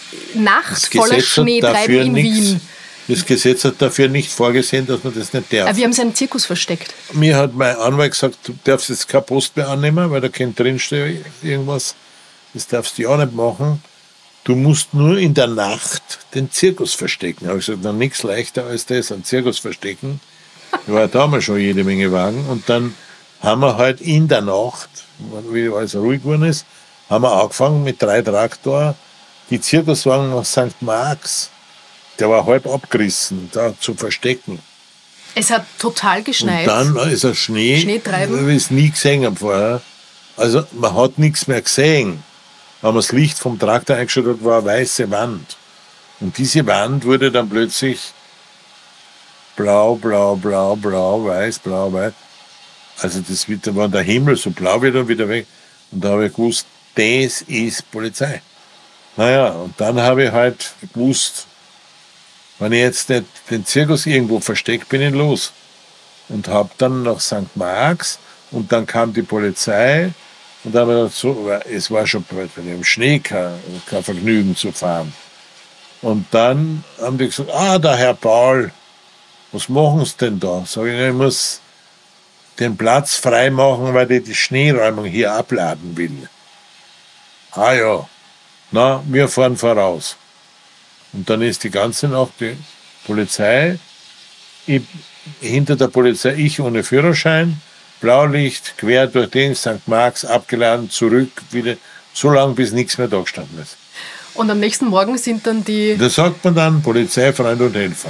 Nacht voller Schneetreiben in Wien. Das Gesetz hat dafür nicht vorgesehen, dass man das nicht darf. Wir haben seinen Zirkus versteckt. Mir hat mein Anwalt gesagt, du darfst jetzt keine Post mehr annehmen, weil da könnte drinstehen irgendwas. Das darfst du auch nicht machen. Du musst nur in der Nacht den Zirkus verstecken. Da habe ich gesagt, dann nichts leichter als das, einen Zirkus verstecken. Da haben wir schon jede Menge Wagen. Und dann haben wir halt in der Nacht, wie alles ruhig geworden ist, haben wir angefangen mit 3 Traktoren, die Zirkuswagen nach St. Marx, der war halb abgerissen, da zu verstecken. Es hat total geschneit. Und dann ist ein Schneetreiben. wie ich es nie gesehen habe vorher. Also man hat nichts mehr gesehen. Wenn man das Licht vom Traktor eingeschaltet hat, war eine weiße Wand. Und diese Wand wurde dann plötzlich blau, blau, blau, blau, weiß, blau, weiß. Also das wird, wenn der Himmel so blau wird und wieder weg. Und da habe ich gewusst, das ist Polizei. Naja, und dann habe ich halt gewusst, wenn ich jetzt nicht den Zirkus irgendwo verstecke, bin ich los. Und habe dann nach St. Marx und dann kam die Polizei und dann habe ich gedacht, so, es war schon bald, wenn ich im Schnee kein Vergnügen zu fahren. Und dann haben die gesagt, der Herr Paul, was machen Sie denn da? Sag ich, ich muss den Platz frei machen, weil ich die Schneeräumung hier abladen will. Ah ja, na, wir fahren voraus. Und dann ist die ganze Nacht die Polizei, hinter der Polizei ich ohne Führerschein, Blaulicht, quer durch den St. Marx, abgeladen, zurück, wieder so lange, bis nichts mehr da gestanden ist. Und am nächsten Morgen sind dann Da sagt man dann Polizei, Freund und Helfer.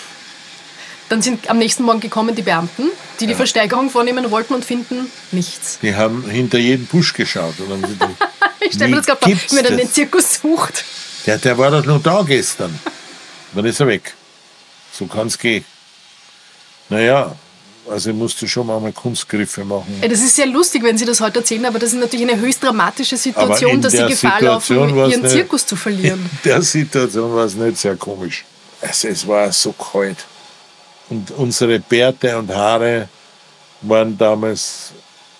Dann sind am nächsten Morgen gekommen die Beamten, die Versteigerung vornehmen wollten und finden nichts. Die haben hinter jeden Busch geschaut. Und dann sind Ich stelle mir das gerade vor, wie man dann den Zirkus sucht. Der war doch noch da gestern. Dann ist er weg. So kann es gehen. Naja, also musst du schon mal Kunstgriffe machen. Das ist sehr lustig, wenn Sie das heute erzählen, aber das ist natürlich eine höchst dramatische Situation, dass Sie Gefahr laufen, Ihren Zirkus zu verlieren. In der Situation war es nicht sehr komisch. Also es war so kalt. Und unsere Bärte und Haare waren damals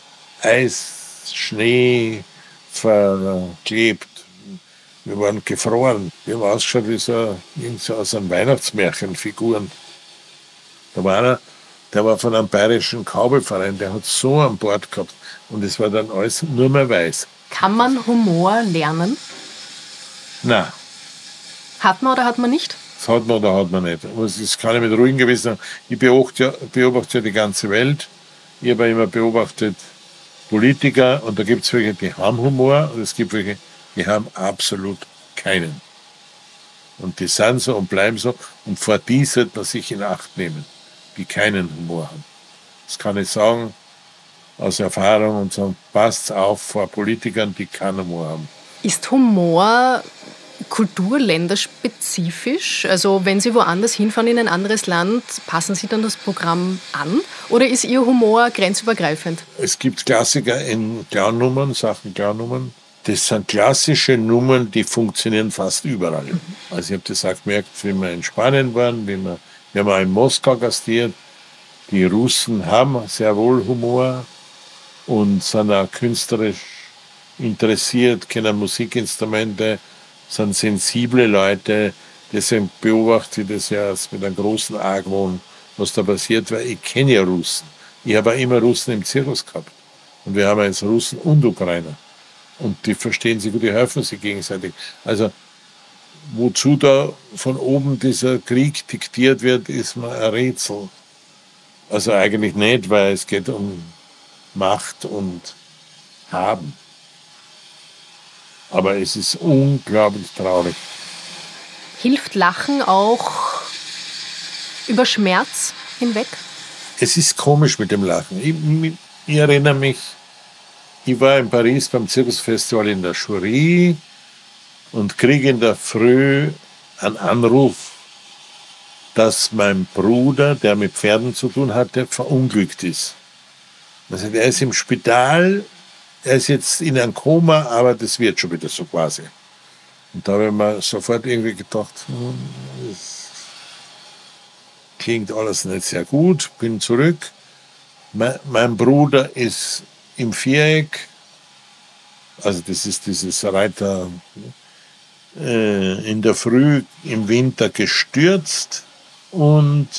Eis, Schnee verklebt. Wir waren gefroren. Wir haben ausgeschaut wie so aus einem Weihnachtsmärchen Figuren. Da war einer, der war von einem bayerischen Kabelverein, der hat so an Bord gehabt. Und es war dann alles nur mehr weiß. Kann man Humor lernen? Nein. Hat man oder hat man nicht? Das hat man oder hat man nicht. Aber es kann ich mit ruhigen Gewissen sagen. Ich beobachte ja die ganze Welt. Ich habe immer beobachtet Politiker und da gibt es welche, die haben Humor und es gibt welche, die haben absolut keinen. Und die sind so und bleiben so. Und vor die sollte man sich in Acht nehmen, die keinen Humor haben. Das kann ich sagen aus Erfahrung und sagen, passt auf vor Politikern, die keinen Humor haben. Ist Humor kulturländerspezifisch? Also wenn Sie woanders hinfahren in ein anderes Land, passen Sie dann das Programm an? Oder ist Ihr Humor grenzübergreifend? Es gibt Klassiker in Clownnummern, Sachen Clownnummern. Das sind klassische Nummern, die funktionieren fast überall. Also ich habe das auch gemerkt, wie wir in Spanien waren, wir haben auch in Moskau gastiert. Die Russen haben sehr wohl Humor und sind auch künstlerisch interessiert, kennen Musikinstrumente, sind sensible Leute. Deswegen beobachte ich das ja mit einem großen Argwohn, was da passiert, weil ich kenne ja Russen. Ich habe auch immer Russen im Zirkus gehabt. Und wir haben jetzt Russen und Ukrainer. Und die verstehen sich gut, die helfen sich gegenseitig. Also wozu da von oben dieser Krieg diktiert wird, ist mir ein Rätsel. Also eigentlich nicht, weil es geht um Macht und Haben. Aber es ist unglaublich traurig. Hilft Lachen auch über Schmerz hinweg? Es ist komisch mit dem Lachen. Ich erinnere mich, ich war in Paris beim Zirkusfestival in der Jury und kriege in der Früh einen Anruf, dass mein Bruder, der mit Pferden zu tun hatte, verunglückt ist. Also er ist im Spital, er ist jetzt in einem Koma, aber das wird schon wieder so quasi. Und da habe ich mir sofort irgendwie gedacht, das klingt alles nicht sehr gut, bin zurück. Mein Bruder ist im Viereck, also das ist dieses Reiter, in der Früh im Winter gestürzt und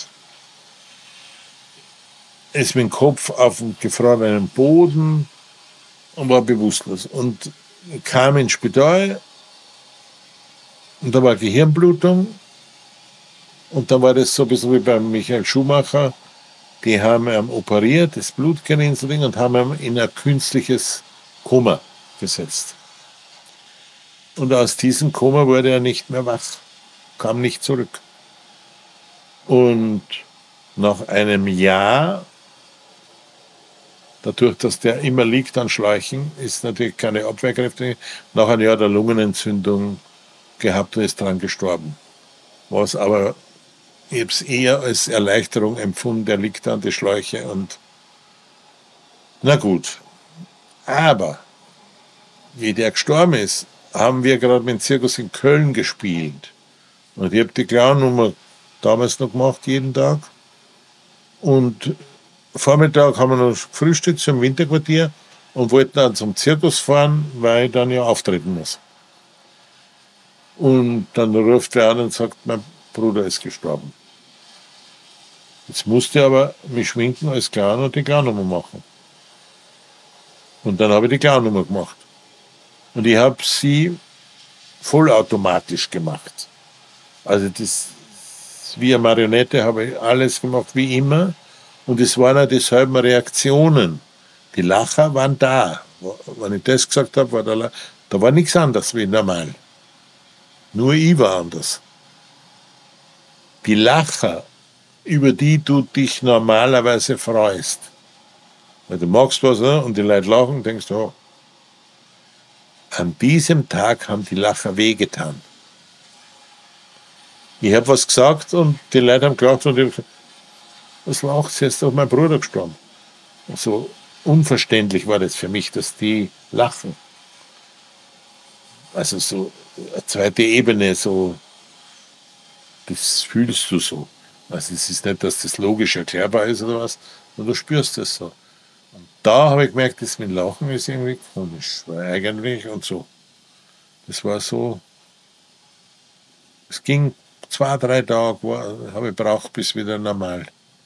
ist mit dem Kopf auf dem gefrorenen Boden und war bewusstlos. Und kam ins Spital und da war Gehirnblutung und dann war das so ein bisschen wie bei Michael Schumacher. Die haben ihn operiert, das Blutgerinnseling, und haben ihn in ein künstliches Koma gesetzt. Und aus diesem Koma wurde er nicht mehr wach, kam nicht zurück. Und nach einem Jahr, dadurch, dass der immer liegt an Schläuchen, ist natürlich keine Abwehrkräfte, nach einem Jahr der Lungenentzündung gehabt und ist dran gestorben. Was aber, ich habe es eher als Erleichterung empfunden, der liegt an die Schläuche und na gut. Aber wie der gestorben ist, haben wir gerade mit dem Zirkus in Köln gespielt. Und ich habe die Clownnummer damals noch gemacht, jeden Tag. Und Vormittag haben wir noch gefrühstückt zum Winterquartier und wollten dann zum Zirkus fahren, weil ich dann ja auftreten muss. Und dann ruft er an und sagt, mein Bruder ist gestorben. Jetzt musste ich aber mich schminken als Clown und die Clownnummer machen. Und dann habe ich die Clownnummer gemacht. Und ich habe sie vollautomatisch gemacht. Also das, wie eine Marionette habe ich alles gemacht wie immer. Und es waren auch dieselben Reaktionen. Die Lacher waren da. Wenn ich das gesagt habe, da war nichts anderes wie normal. Nur ich war anders. Die Lacher, über die du dich normalerweise freust. Weil du magst was, ne? Und die Leute lachen und denkst, oh. An diesem Tag haben die Lacher wehgetan. Ich habe was gesagt und die Leute haben gelacht und ich habe gesagt, was lacht sie, ist doch mein Bruder gestorben. So unverständlich war das für mich, dass die lachen. Also so eine zweite Ebene, so, das fühlst du so. Also es ist nicht, dass das logisch erklärbar ist oder was, sondern du spürst das so. Und da habe ich gemerkt, das mit Lachen ist irgendwie komisch, weil eigentlich und so. Das war so, es ging 2-3 Tage, habe ich gebraucht, bis wieder normal.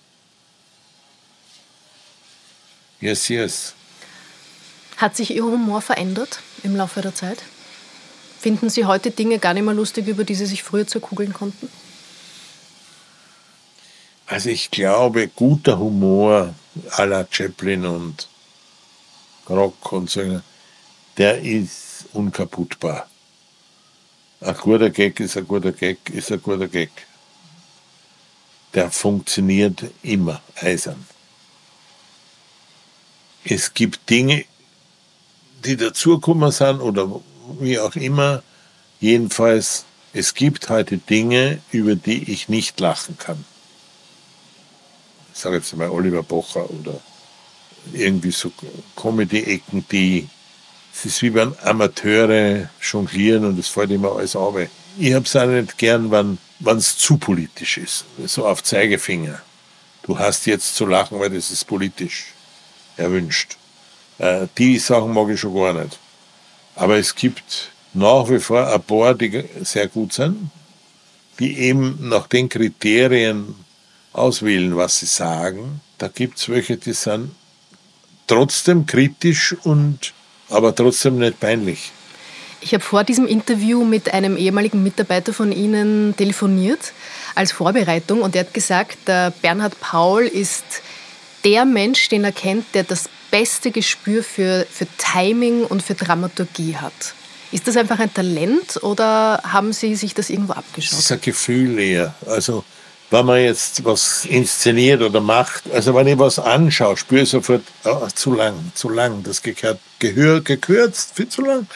Yes, yes. Hat sich Ihr Humor verändert im Laufe der Zeit? Finden Sie heute Dinge gar nicht mehr lustig, über die Sie sich früher zerkugeln konnten? Also ich glaube, guter Humor à la Chaplin und Rock und so, der ist unkaputtbar. Ein guter Gag ist ein guter Gag, ist ein guter Gag. Der funktioniert immer, eisern. Es gibt Dinge, die dazugekommen sind oder wie auch immer. Jedenfalls, es gibt heute Dinge, über die ich nicht lachen kann. Ich sage jetzt mal Oliver Pocher oder irgendwie so Comedy-Ecken, es ist wie wenn Amateure jonglieren und es fällt immer alles auf. Ich habe es auch nicht gern, wenn es zu politisch ist, so auf Zeigefinger. Du hast jetzt zu lachen, weil das ist politisch erwünscht. Die Sachen mag ich schon gar nicht. Aber es gibt nach wie vor ein paar, die sehr gut sind, die eben nach den Kriterien auswählen, was sie sagen. Da gibt es welche, die sind trotzdem kritisch aber trotzdem nicht peinlich. Ich habe vor diesem Interview mit einem ehemaligen Mitarbeiter von Ihnen telefoniert als Vorbereitung und er hat gesagt, der Bernhard Paul ist der Mensch, den er kennt, der das beste Gespür für Timing und für Dramaturgie hat. Ist das einfach ein Talent oder haben Sie sich das irgendwo abgeschaut? Das ist ein Gefühl eher. Also wenn man jetzt was inszeniert oder macht, also wenn ich was anschaue, spüre ich sofort, zu lang, das Gehör gekürzt, viel zu lang.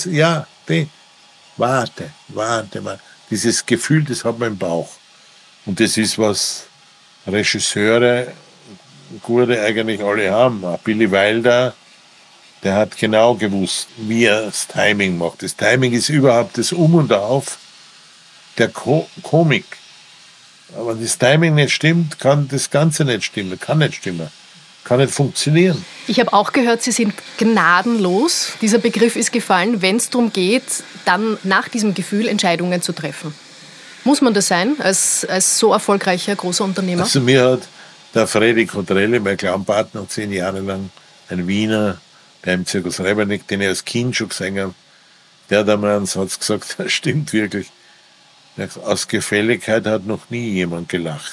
Warte. Dieses Gefühl, das hat man im Bauch. Und das ist, was Regisseure, gute eigentlich alle haben. Auch Billy Wilder, der hat genau gewusst, wie er das Timing macht. Das Timing ist überhaupt das Um und Auf der Komik. Aber wenn das Timing nicht stimmt, kann das Ganze nicht stimmen, kann nicht funktionieren. Ich habe auch gehört, Sie sind gnadenlos. Dieser Begriff ist gefallen, wenn es darum geht, dann nach diesem Gefühl Entscheidungen zu treffen. Muss man das sein, als so erfolgreicher großer Unternehmer? Also mir hat der Freddy Cottrelli, mein Clownpartner, 10 Jahre lang, ein Wiener, der im Zirkus Rebernick, den ich als Kind schon gesehen habe, der hat einmal einen Satz gesagt, das stimmt wirklich. Aus Gefälligkeit hat noch nie jemand gelacht.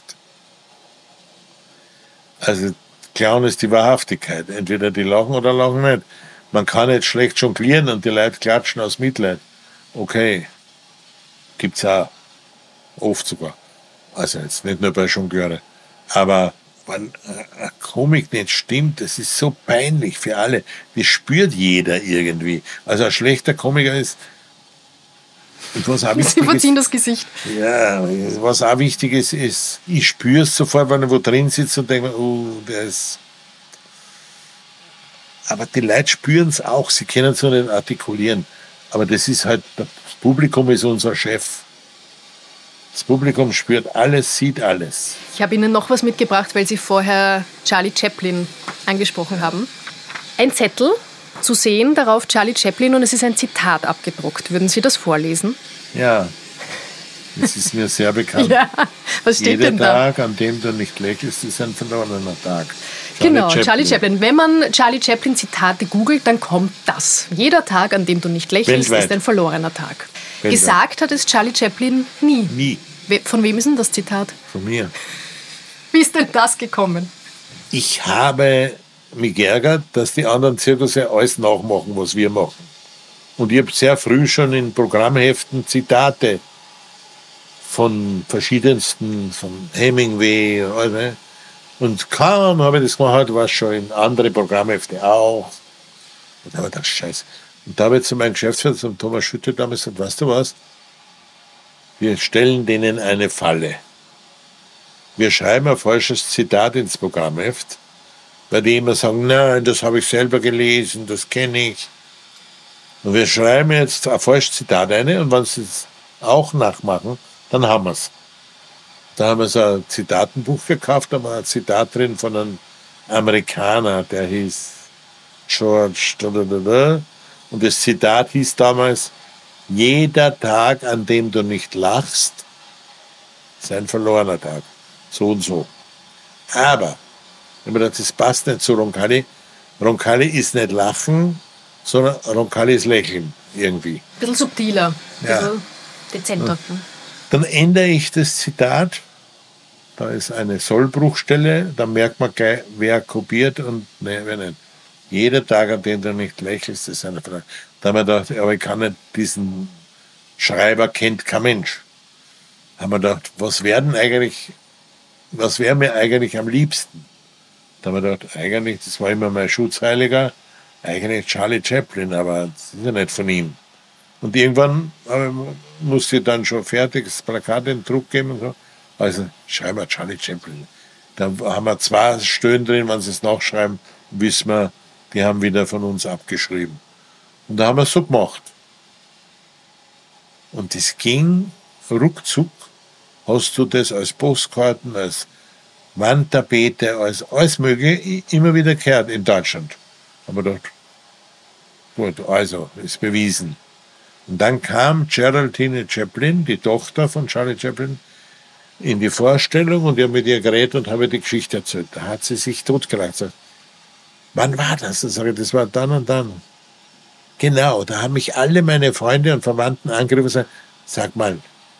Also Clown ist die Wahrhaftigkeit. Entweder die lachen oder lachen nicht. Man kann nicht schlecht jonglieren und die Leute klatschen aus Mitleid. Okay, gibt's auch. Oft sogar. Also jetzt nicht nur bei Jongleure. Aber wenn eine Komik nicht stimmt, das ist so peinlich für alle. Das spürt jeder irgendwie. Also ein schlechter Komiker ist. Und was auch Sie verziehen das Gesicht. Ja, was auch wichtig ist, ich spüre es sofort, wenn ich wo drin sitze und denke, der ist. Aber die Leute spüren es auch, sie können es so nicht artikulieren. Aber das ist halt, das Publikum ist unser Chef. Das Publikum spürt alles, sieht alles. Ich habe Ihnen noch was mitgebracht, weil Sie vorher Charlie Chaplin angesprochen haben. Ein Zettel, zu sehen darauf Charlie Chaplin und es ist ein Zitat abgedruckt. Würden Sie das vorlesen? Ja, das ist mir sehr bekannt. Ja, was steht denn da? Jeder Tag, an dem du nicht lächelst, ist ein verlorener Tag. Charlie Chaplin. Wenn man Charlie Chaplin Zitate googelt, dann kommt das. Jeder Tag, an dem du nicht lächelst, ist ein verlorener Tag. Weltweit. Gesagt hat es Charlie Chaplin nie. Nie. Von wem ist denn das Zitat? Von mir. Wie ist denn das gekommen? Ich habe mich geärgert, dass die anderen Zirkusse alles nachmachen, was wir machen. Und ich habe sehr früh schon in Programmheften Zitate von verschiedensten, von Hemingway, und kaum habe ich das gemacht, war es schon in andere Programmhefte auch. Und da habe ich gedacht, Scheiße. Und da habe ich zu meinem Geschäftsführer, zum Thomas Schütte, damals gesagt, weißt du was? Wir stellen denen eine Falle. Wir schreiben ein falsches Zitat ins Programmheft, bei dem wir sagen, nein, das habe ich selber gelesen, das kenne ich. Und wir schreiben jetzt ein falsches Zitat rein und wenn sie es auch nachmachen, dann haben wir es. Da haben wir so ein Zitatenbuch gekauft, da war ein Zitat drin von einem Amerikaner, der hieß George. Und das Zitat hieß damals, jeder Tag, an dem du nicht lachst, ist ein verlorener Tag. So und so. Aber, wenn man das passt nicht zu Roncalli, Roncalli ist nicht Lachen, sondern Roncalli ist Lächeln irgendwie. Ein bisschen subtiler, ein bisschen dezenter. Dann ändere ich das Zitat, da ist eine Sollbruchstelle, da merkt man gleich, wer kopiert und wer nicht. Jeder Tag, an dem du nicht lächelst, ist eine Frage. Da haben wir gedacht, aber ich kann nicht, diesen Schreiber kennt kein Mensch. Da haben wir gedacht, was wäre mir eigentlich am liebsten? Da haben wir gedacht, eigentlich, das war immer mein Schutzheiliger, eigentlich Charlie Chaplin, aber das ist ja nicht von ihm. Und irgendwann musste ich dann schon fertig das Plakat in Druck geben und so. Also schreiben wir Charlie Chaplin. Da haben wir 2 Stöhnen drin, wenn sie es nachschreiben, wissen wir, die haben wieder von uns abgeschrieben. Und da haben wir es so gemacht. Und das ging ruckzuck. Hast du das als Postkarten, als Wandtapete, als alles Mögliche immer wieder gehört in Deutschland. Haben wir gedacht, gut, also, ist bewiesen. Und dann kam Geraldine Chaplin, die Tochter von Charlie Chaplin, in die Vorstellung und ich habe mit ihr geredet und habe die Geschichte erzählt. Da hat sie sich totgelacht. Sagt, wann war das? Und sage ich, das war dann und dann. Genau, da haben mich alle meine Freunde und Verwandten angerufen und gesagt, sag mal,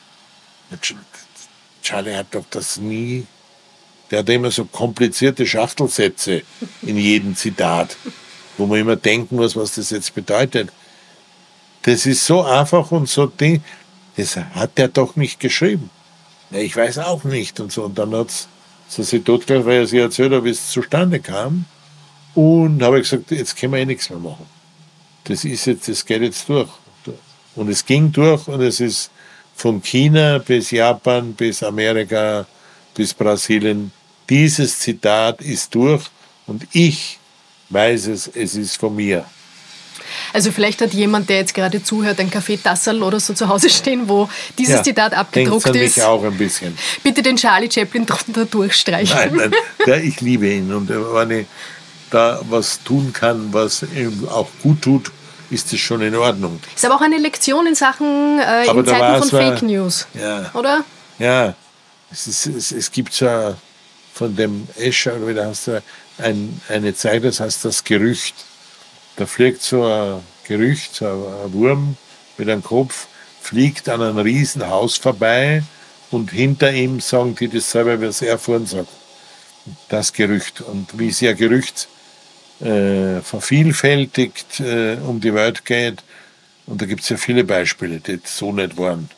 Charlie hat doch das nie, der hat immer so komplizierte Schachtelsätze in jedem Zitat, wo man immer denken muss, was das jetzt bedeutet. Das ist so einfach und so Ding, das hat der doch nicht geschrieben. Ja, ich weiß auch nicht und so. Und dann hat sie sich totgelacht, weil er sie erzählt hat, wie es zustande kam. Und habe ich gesagt, jetzt können wir nichts mehr machen. Das geht jetzt durch. Und es ging durch und es ist von China bis Japan, bis Amerika, bis Brasilien. Dieses Zitat ist durch und ich weiß es ist von mir. Also vielleicht hat jemand, der jetzt gerade zuhört, ein Kaffeetasserl oder so zu Hause stehen, wo dieses Zitat abgedruckt ist. Mich auch ein bisschen. Bitte den Charlie Chaplin drunter durchstreichen. Nein, ich liebe ihn. Und wenn ich da was tun kann, was ihm auch gut tut, ist das schon in Ordnung. Ist aber auch eine Lektion in Sachen in Zeiten von Fake News, ja, oder? Ja, es gibt so von dem Escher, oder wie der heißt, eine Zeit, das heißt das Gerücht. Da fliegt so ein Gerücht, so ein Wurm mit einem Kopf, fliegt an einem Riesenhaus vorbei und hinter ihm sagen die das selber, was er vorhin sagt. Das Gerücht. Und wie sich ein Gerücht vervielfältigt um die Welt geht. Und da gibt es ja viele Beispiele, die so nicht waren.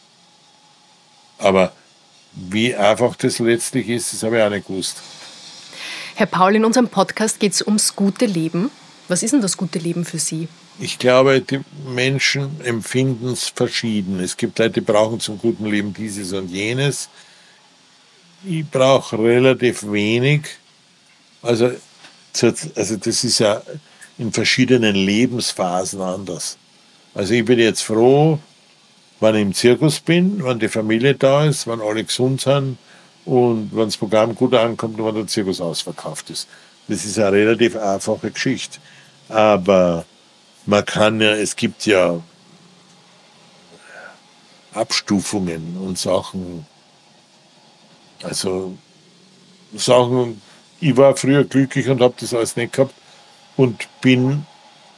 Aber wie einfach das letztlich ist, das habe ich auch nicht gewusst. Herr Paul, in unserem Podcast geht es ums gute Leben. Was ist denn das gute Leben für Sie? Ich glaube, die Menschen empfinden es verschieden. Es gibt Leute, die brauchen zum guten Leben dieses und jenes. Ich brauche relativ wenig. Also das ist ja in verschiedenen Lebensphasen anders. Also ich bin jetzt froh, wenn ich im Zirkus bin, wenn die Familie da ist, wenn alle gesund sind und wenn das Programm gut ankommt und wenn der Zirkus ausverkauft ist. Das ist eine relativ einfache Geschichte. Aber man kann ja, es gibt ja Abstufungen und Sachen, also Sachen, ich war früher glücklich und habe das alles nicht gehabt und bin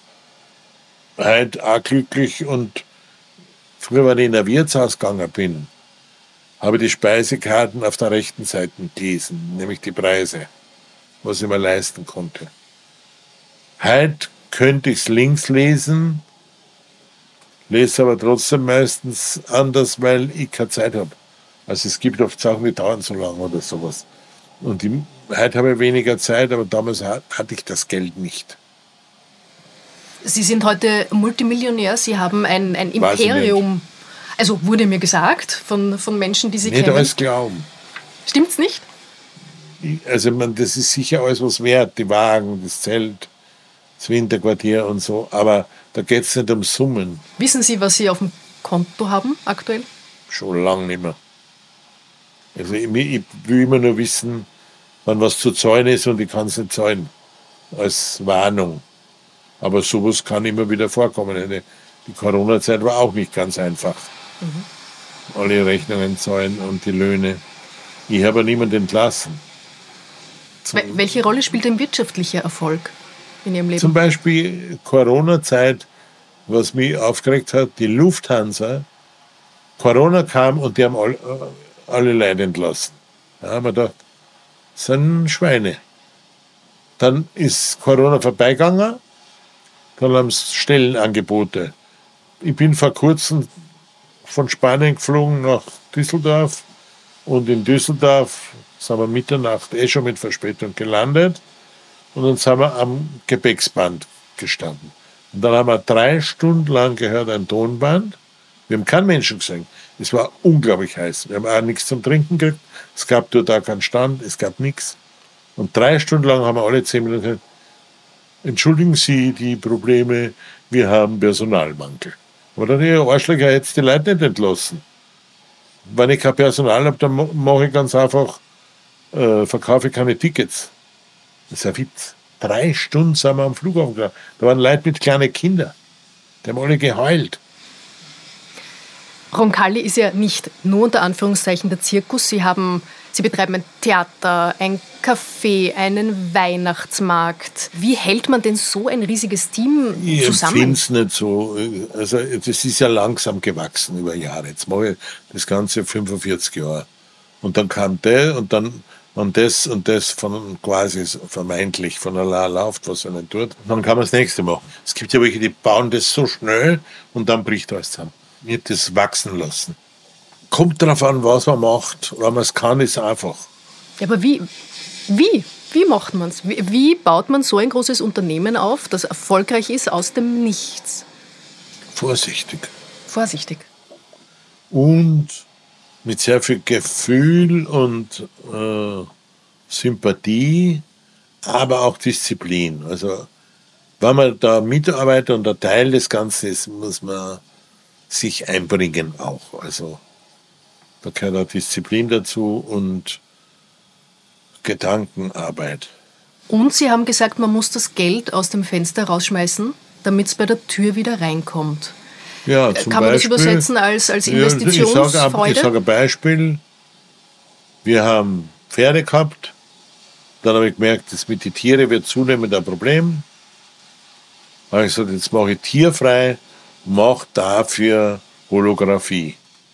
heute auch glücklich. Und früher, wenn ich in ein Wirtshaus gegangen bin, habe ich die Speisekarten auf der rechten Seite gelesen, nämlich die Preise, was ich mir leisten konnte. Heute könnte ich es links lesen, lese aber trotzdem meistens anders, weil ich keine Zeit habe. Also es gibt oft Sachen, die dauern so lange oder sowas. Und heute habe ich weniger Zeit, aber damals hatte ich das Geld nicht. Sie sind heute Multimillionär, Sie haben ein Imperium. Also wurde mir gesagt von Menschen, die Sie kennen. Nicht alles glauben. Stimmt's nicht? Also das ist sicher alles was wert, die Wagen, das Zelt, das Winterquartier und so, aber da geht es nicht um Summen. Wissen Sie, was Sie auf dem Konto haben aktuell? Schon lange nicht mehr. Also ich will immer nur wissen, wann was zu zahlen ist und ich kann es nicht zahlen. Als Warnung. Aber sowas kann immer wieder vorkommen. Die Corona-Zeit war auch nicht ganz einfach. Alle Rechnungen zahlen und die Löhne. Ich habe niemanden entlassen. Welche Rolle spielt denn wirtschaftlicher Erfolg in Ihrem Leben? Zum Beispiel Corona-Zeit, was mich aufgeregt hat, die Lufthansa. Corona kam und die haben alle Leute entlassen. Da haben wir gedacht, das sind Schweine. Dann ist Corona vorbeigegangen, dann haben es Stellenangebote. Ich bin vor kurzem von Spanien geflogen nach Düsseldorf und in Düsseldorf sind wir Mitternacht schon mit Verspätung gelandet und dann sind wir am Gepäcksband gestanden. Und dann haben wir 3 Stunden lang gehört ein Tonband. Wir haben keinen Menschen gesehen. Es war unglaublich heiß. Wir haben auch nichts zum Trinken gekriegt. Es gab dort auch keinen Stand, es gab nichts. Und 3 Stunden lang haben wir alle 10 Minuten gesagt, entschuldigen Sie die Probleme, wir haben Personalmangel. Aber dann, ihr Arschlöcher, jetzt die Leute nicht entlassen. Wenn ich kein Personal habe, dann mache ich ganz einfach, verkaufe ich keine Tickets. Das ist ein Witz. 3 Stunden sind wir am Flughafen gegangen. Da waren Leute mit kleinen Kindern. Die haben alle geheult. Roncalli ist ja nicht nur unter Anführungszeichen der Zirkus. Sie betreiben ein Theater, ein Café, einen Weihnachtsmarkt. Wie hält man denn so ein riesiges Team zusammen? Ich finde es nicht so. Also das ist ja langsam gewachsen über Jahre. Jetzt mache ich das Ganze 45 Jahre. Und dann kam der und dann das von quasi vermeintlich von allein läuft, was er nicht tut. Und dann kann man das nächste machen. Es gibt ja welche, die bauen das so schnell und dann bricht alles zusammen. Nicht das wachsen lassen. Kommt darauf an, was man macht. Wenn man es kann, ist es einfach. Ja, aber wie macht man es? Wie baut man so ein großes Unternehmen auf, das erfolgreich ist aus dem Nichts? Vorsichtig. Vorsichtig. Und mit sehr viel Gefühl und Sympathie, aber auch Disziplin. Also, wenn man da Mitarbeiter und ein Teil des Ganzen ist, muss man sich einbringen auch. Also, da gehört auch Disziplin dazu und Gedankenarbeit. Und Sie haben gesagt, man muss das Geld aus dem Fenster rausschmeißen, damit es bei der Tür wieder reinkommt. Ja, zum Kann man das Beispiel, übersetzen als Investitionsfreude? Ich sage ein Beispiel. Wir haben Pferde gehabt. Dann habe ich gemerkt, das mit den Tieren wird zunehmend ein Problem. Da habe ich gesagt, jetzt mache ich tierfrei, mache dafür Holographie.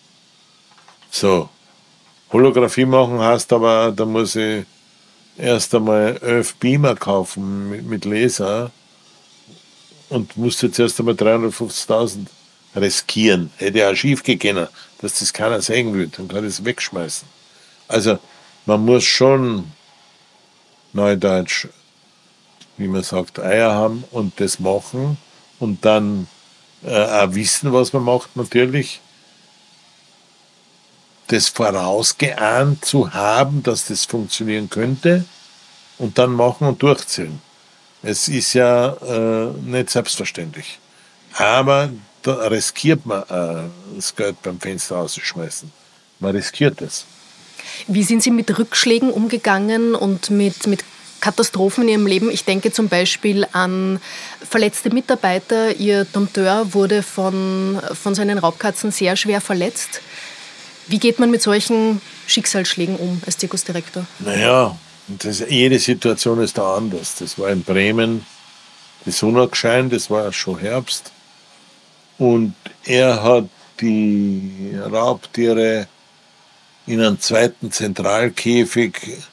So, Holographie machen heißt aber, da muss ich erst einmal 11 Beamer kaufen mit Laser und musste jetzt erst einmal 350.000 riskieren. Hätte ja auch schief gegangen, dass das keiner sehen will, dann kann ich es wegschmeißen. Also man muss schon neudeutsch, wie man sagt, Eier haben und das machen und dann auch wissen, was man macht natürlich. Das vorausgeahnt zu haben, dass das funktionieren könnte und dann machen und durchziehen. Es ist ja nicht selbstverständlich. Aber da riskiert man das Geld beim Fenster rauszuschmeißen. Man riskiert es. Wie sind Sie mit Rückschlägen umgegangen und mit Katastrophen in Ihrem Leben? Ich denke zum Beispiel an verletzte Mitarbeiter. Ihr Dompteur wurde von seinen Raubkatzen sehr schwer verletzt. Wie geht man mit solchen Schicksalsschlägen um als Zirkusdirektor? Naja, jede Situation ist da anders. Das war in Bremen die Sonne gescheint, das war schon Herbst. Und er hat die Raubtiere in einen zweiten Zentralkäfig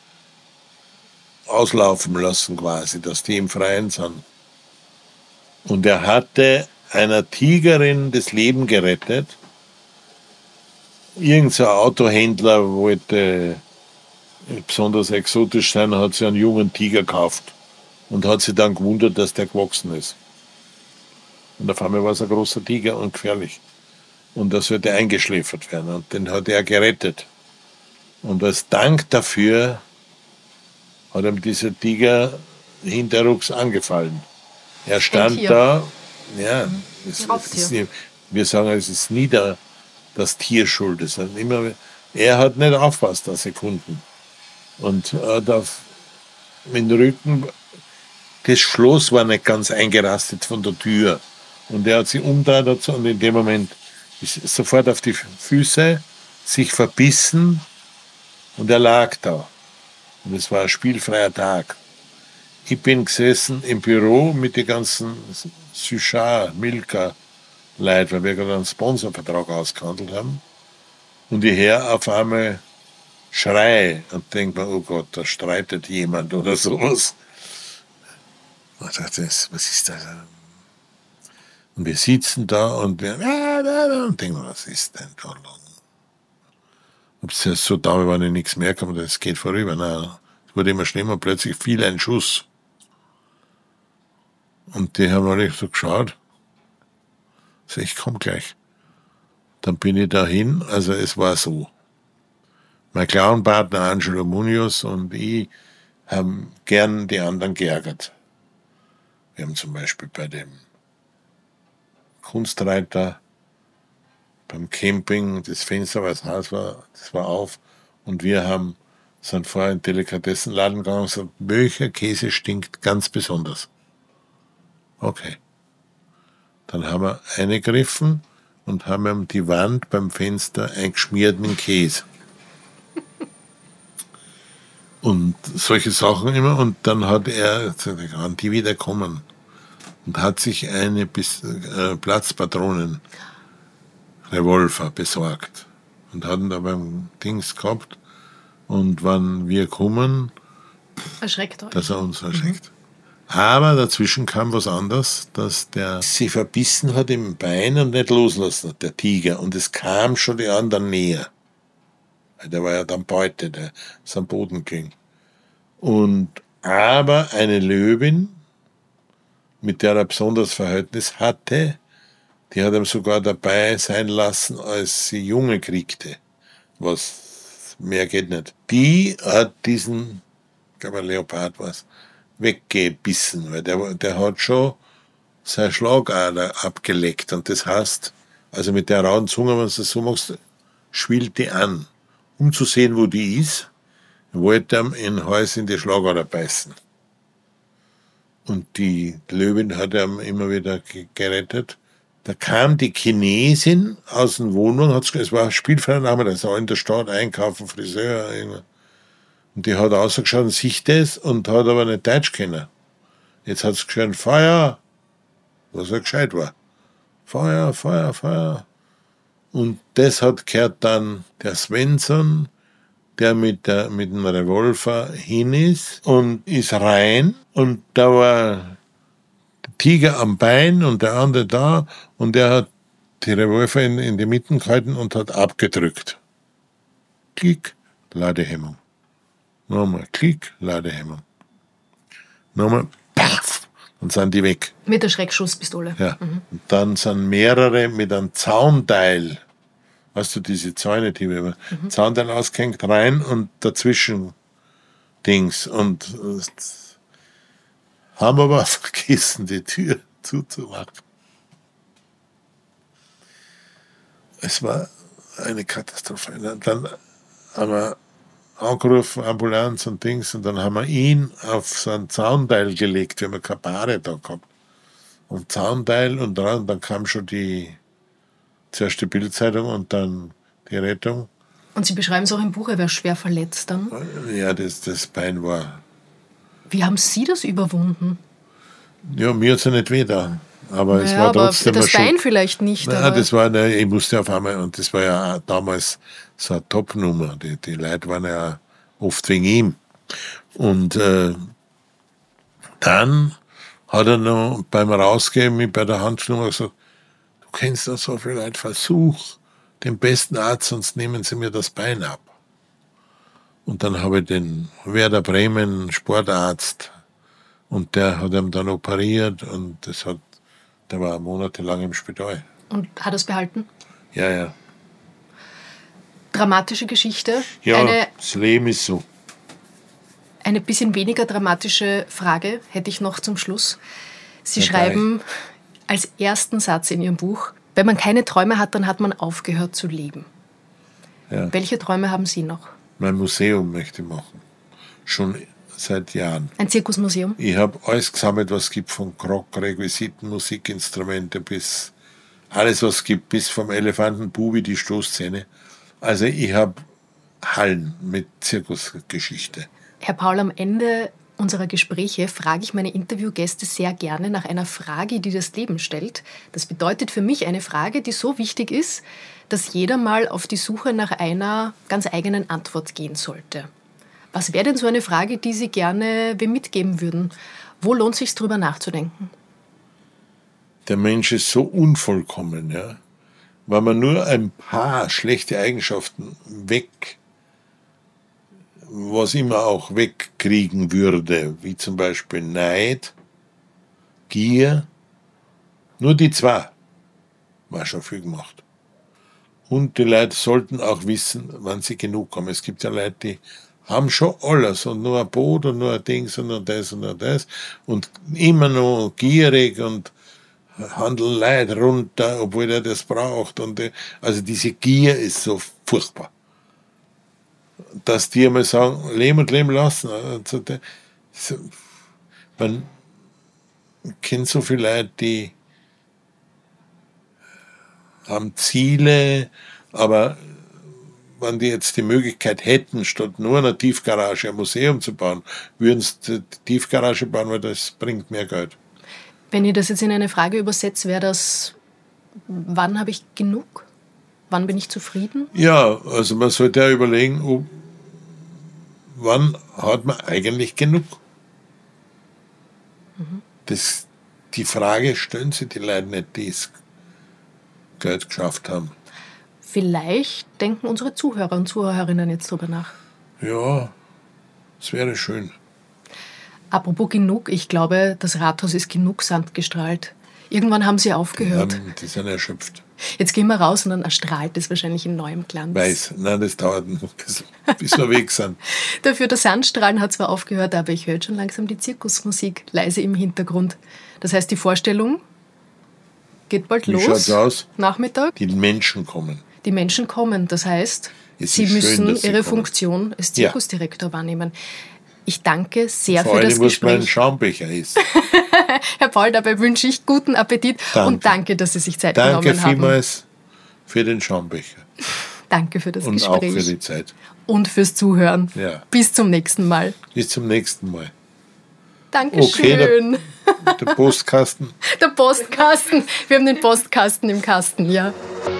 auslaufen lassen quasi, dass die im Freien sind. Und er hatte einer Tigerin das Leben gerettet. Irgend so ein Autohändler wollte besonders exotisch sein, hat sich einen jungen Tiger gekauft und hat sich dann gewundert, dass der gewachsen ist. Und auf einmal war es ein großer Tiger und gefährlich. Und da sollte eingeschläfert werden. Und den hat er gerettet. Und als Dank dafür hat ihm dieser Tiger hinterrucks angefallen. Er stand da, ja, wir sagen, es ist nie das Tier schuld. Er hat nicht aufpasst, an Sekunden. Und mit dem Rücken, das Schloss war nicht ganz eingerastet von der Tür. Und er hat sich umgedreht dazu und in dem Moment ist sofort auf die Füße, sich verbissen und er lag da. Und es war ein spielfreier Tag. Ich bin gesessen im Büro mit den ganzen Suchard, Milka Leuten, weil wir gerade einen Sponsorvertrag ausgehandelt haben. Und ich höre auf einmal Schrei und denke mir, oh Gott, da streitet jemand oder sowas. Ich dachte, was ist das? Und wir sitzen da und denken, was ist denn da los? Ob es so da war, ich nichts merke, aber das geht vorüber. Nein, es wurde immer schlimmer, plötzlich fiel ein Schuss. Und die haben alle so geschaut. Also ich komme gleich. Dann bin ich dahin, also es war so. Mein Clownpartner Angelo Munoz und ich haben gern die anderen geärgert. Wir haben zum Beispiel bei dem Kunstreiter beim Camping, das Fenster, weil das Haus war, das war auf, und wir sind vorher in den Delikatessenladen gegangen und gesagt, welcher Käse stinkt ganz besonders? Okay. Dann haben wir eingegriffen und haben ihm die Wand beim Fenster eingeschmiert mit Käse. Und solche Sachen immer. Und dann hat er, kann die wieder kommen. Und hat sich eine Platzpatronen-Revolver besorgt. Und hat ihn da beim Dings gehabt. Und wenn wir kommen, Erschreckt euch. dass er uns erschreckt. Aber dazwischen kam was anderes, dass der sich verbissen hat im Bein und nicht loslassen hat, der Tiger. Und es kam schon die anderen näher. Der war ja dann Beute, der ist am Boden ging. Aber eine Löwin, mit der er besonderes Verhältnis hatte, die hat ihm sogar dabei sein lassen, als sie Junge kriegte. Was mehr geht nicht. Die hat diesen, ich glaube ein Leopard war es, weggebissen, weil der hat schon seine Schlagader abgeleckt. Und das heißt, also mit der rauen Zunge, wenn du das so machst, schwillt die an. Um zu sehen, wo die ist, wollte er ihm in den Hals in die Schlagader beißen. Und die Löwin hat ihm immer wieder gerettet. Da kam die Chinesin aus der Wohnung, es war spielfreier Nachmittag, es war in der Stadt einkaufen, Friseur. Und die hat ausgeschaut und sieht das und hat aber nicht Deutsch können. Jetzt hat es geschrien, Feuer, was ja gescheit war. Feuer, Feuer, Feuer. Und das hat gehört dann der Svensson, der mit dem Revolver hin ist und ist rein. Und da war der Tiger am Bein und der andere da. Und der hat die Revolver in die Mitte gehalten und hat abgedrückt. Klick, Ladehemmung. Nochmal, Klick, Ladehemmung. Nochmal, paff, dann sind die weg. Mit der Schreckschusspistole. Ja. Und dann sind mehrere mit einem Zaunteil, weißt du, diese Zäune, die wir Zaunteil ausgehängt, rein und dazwischen Dings. Und haben aber vergessen, die Tür zuzumachen. Es war eine Katastrophe. Dann haben wir angerufen, Ambulanz und Dings, und dann haben wir ihn auf so ein Zaunteil gelegt. Wir haben keine Bahre da gehabt. Und Zaunteil und dann kam schon zuerst die Bildzeitung und dann die Rettung. Und Sie beschreiben es auch im Buch, er wäre schwer verletzt dann. Ja, das Bein war. Wie haben Sie das überwunden? Ja, mir hat es ja nicht weh da. Aber es Ja, war trotzdem das schon. Bein vielleicht nicht. Nein, Aber das war, ich musste auf einmal, und das war ja damals so eine Top-Nummer. Die Leute waren ja oft wegen ihm. Und dann hat er noch beim Rausgehen mich bei der Handschnummer gesagt, du kennst doch so viele Leute, versuch den besten Arzt, sonst nehmen sie mir das Bein ab. Und dann habe ich den Werder Bremen Sportarzt, und der hat ihm dann operiert, und der war monatelang im Spital. und hat er es behalten? Ja. Dramatische Geschichte. Ja, das Leben ist so. Eine bisschen weniger dramatische Frage hätte ich noch zum Schluss. Sie Ja, schreiben als ersten Satz in Ihrem Buch, wenn man keine Träume hat, dann hat man aufgehört zu leben. Ja. Welche Träume haben Sie noch? Mein Museum möchte ich machen. Schon seit Jahren. Ein Zirkusmuseum? Ich habe alles gesammelt, was es gibt, von Krog, Requisiten, Musikinstrumente bis alles, was es gibt, bis vom Elefanten Bubi, die Stoßzähne. Also ich habe Hallen mit Zirkusgeschichte. Herr Paul, am Ende unserer Gespräche frage ich meine Interviewgäste sehr gerne nach einer Frage, die das Leben stellt. Das bedeutet für mich eine Frage, die so wichtig ist, dass jeder mal auf die Suche nach einer ganz eigenen Antwort gehen sollte. Was wäre denn so eine Frage, die Sie gerne wem mitgeben würden? Wo lohnt es sich, drüber nachzudenken? Der Mensch ist so unvollkommen, ja. Wenn man nur ein paar schlechte Eigenschaften was immer auch wegkriegen würde, wie zum Beispiel Neid, Gier, nur die 2 war schon viel gemacht. Und die Leute sollten auch wissen, wann sie genug haben. Es gibt ja Leute, die haben schon alles und nur ein Boot und nur ein Dings und nur das und immer noch gierig und handeln Leute runter, obwohl er das braucht. Also diese Gier ist so furchtbar. Dass die einmal sagen, leben und leben lassen. Also man kennt so viele Leute, die haben Ziele, aber wenn die jetzt die Möglichkeit hätten, statt nur einer Tiefgarage ein Museum zu bauen, würden sie die Tiefgarage bauen, weil das bringt mehr Geld. Wenn ich das jetzt in eine Frage übersetze, wäre das, wann habe ich genug? Wann bin ich zufrieden? Ja, also man sollte ja überlegen, wann hat man eigentlich genug? Die Frage stellen sich die Leute nicht, die es Geld geschafft haben. Vielleicht denken unsere Zuhörer und Zuhörerinnen jetzt drüber nach. Ja, das wäre schön. Apropos genug, ich glaube, das Rathaus ist genug Sand gestrahlt. Irgendwann haben sie aufgehört. Die sind erschöpft. Jetzt gehen wir raus und dann erstrahlt es wahrscheinlich in neuem Glanz. Das dauert noch, bis wir weg sind. Dafür, der Sandstrahlen hat zwar aufgehört, aber ich höre schon langsam die Zirkusmusik leise im Hintergrund. Das heißt, die Vorstellung geht bald los. Wie schaut's aus? Nachmittag. Die Menschen kommen. Die Menschen kommen, das heißt, Sie müssen Ihre Funktion als Zirkusdirektor wahrnehmen. Ich danke sehr für das Gespräch. Vor allem muss man einen Schaumbecher essen. Herr Paul, dabei wünsche ich guten Appetit und danke, dass Sie sich Zeit genommen haben. Danke vielmals für den Schaumbecher. Danke für das Gespräch. Und auch für die Zeit. Und fürs Zuhören. Ja. Bis zum nächsten Mal. Bis zum nächsten Mal. Dankeschön. Okay, der Postkasten. Der Postkasten. Wir haben den Postkasten im Kasten, ja.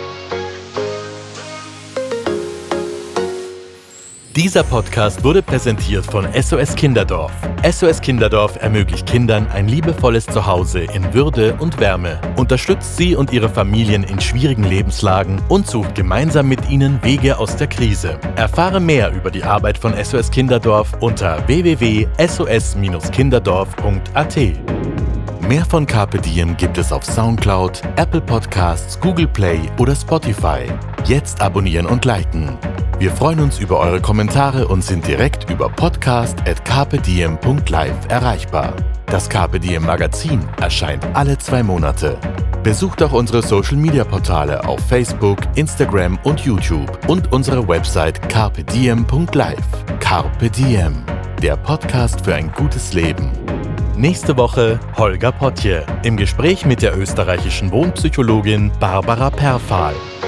Dieser Podcast wurde präsentiert von SOS Kinderdorf. SOS Kinderdorf ermöglicht Kindern ein liebevolles Zuhause in Würde und Wärme, unterstützt sie und ihre Familien in schwierigen Lebenslagen und sucht gemeinsam mit ihnen Wege aus der Krise. Erfahre mehr über die Arbeit von SOS Kinderdorf unter www.sos-kinderdorf.at. Mehr von Carpe Diem gibt es auf Soundcloud, Apple Podcasts, Google Play oder Spotify. Jetzt abonnieren und liken. Wir freuen uns über eure Kommentare und sind direkt über podcast@carpediem.live erreichbar. Das Carpe Diem Magazin erscheint alle 2 Monate. Besucht auch unsere Social-Media-Portale auf Facebook, Instagram und YouTube und unsere Website carpediem.live. Carpe Diem, der Podcast für ein gutes Leben. Nächste Woche Holger Potje im Gespräch mit der österreichischen Wohnpsychologin Barbara Perfal.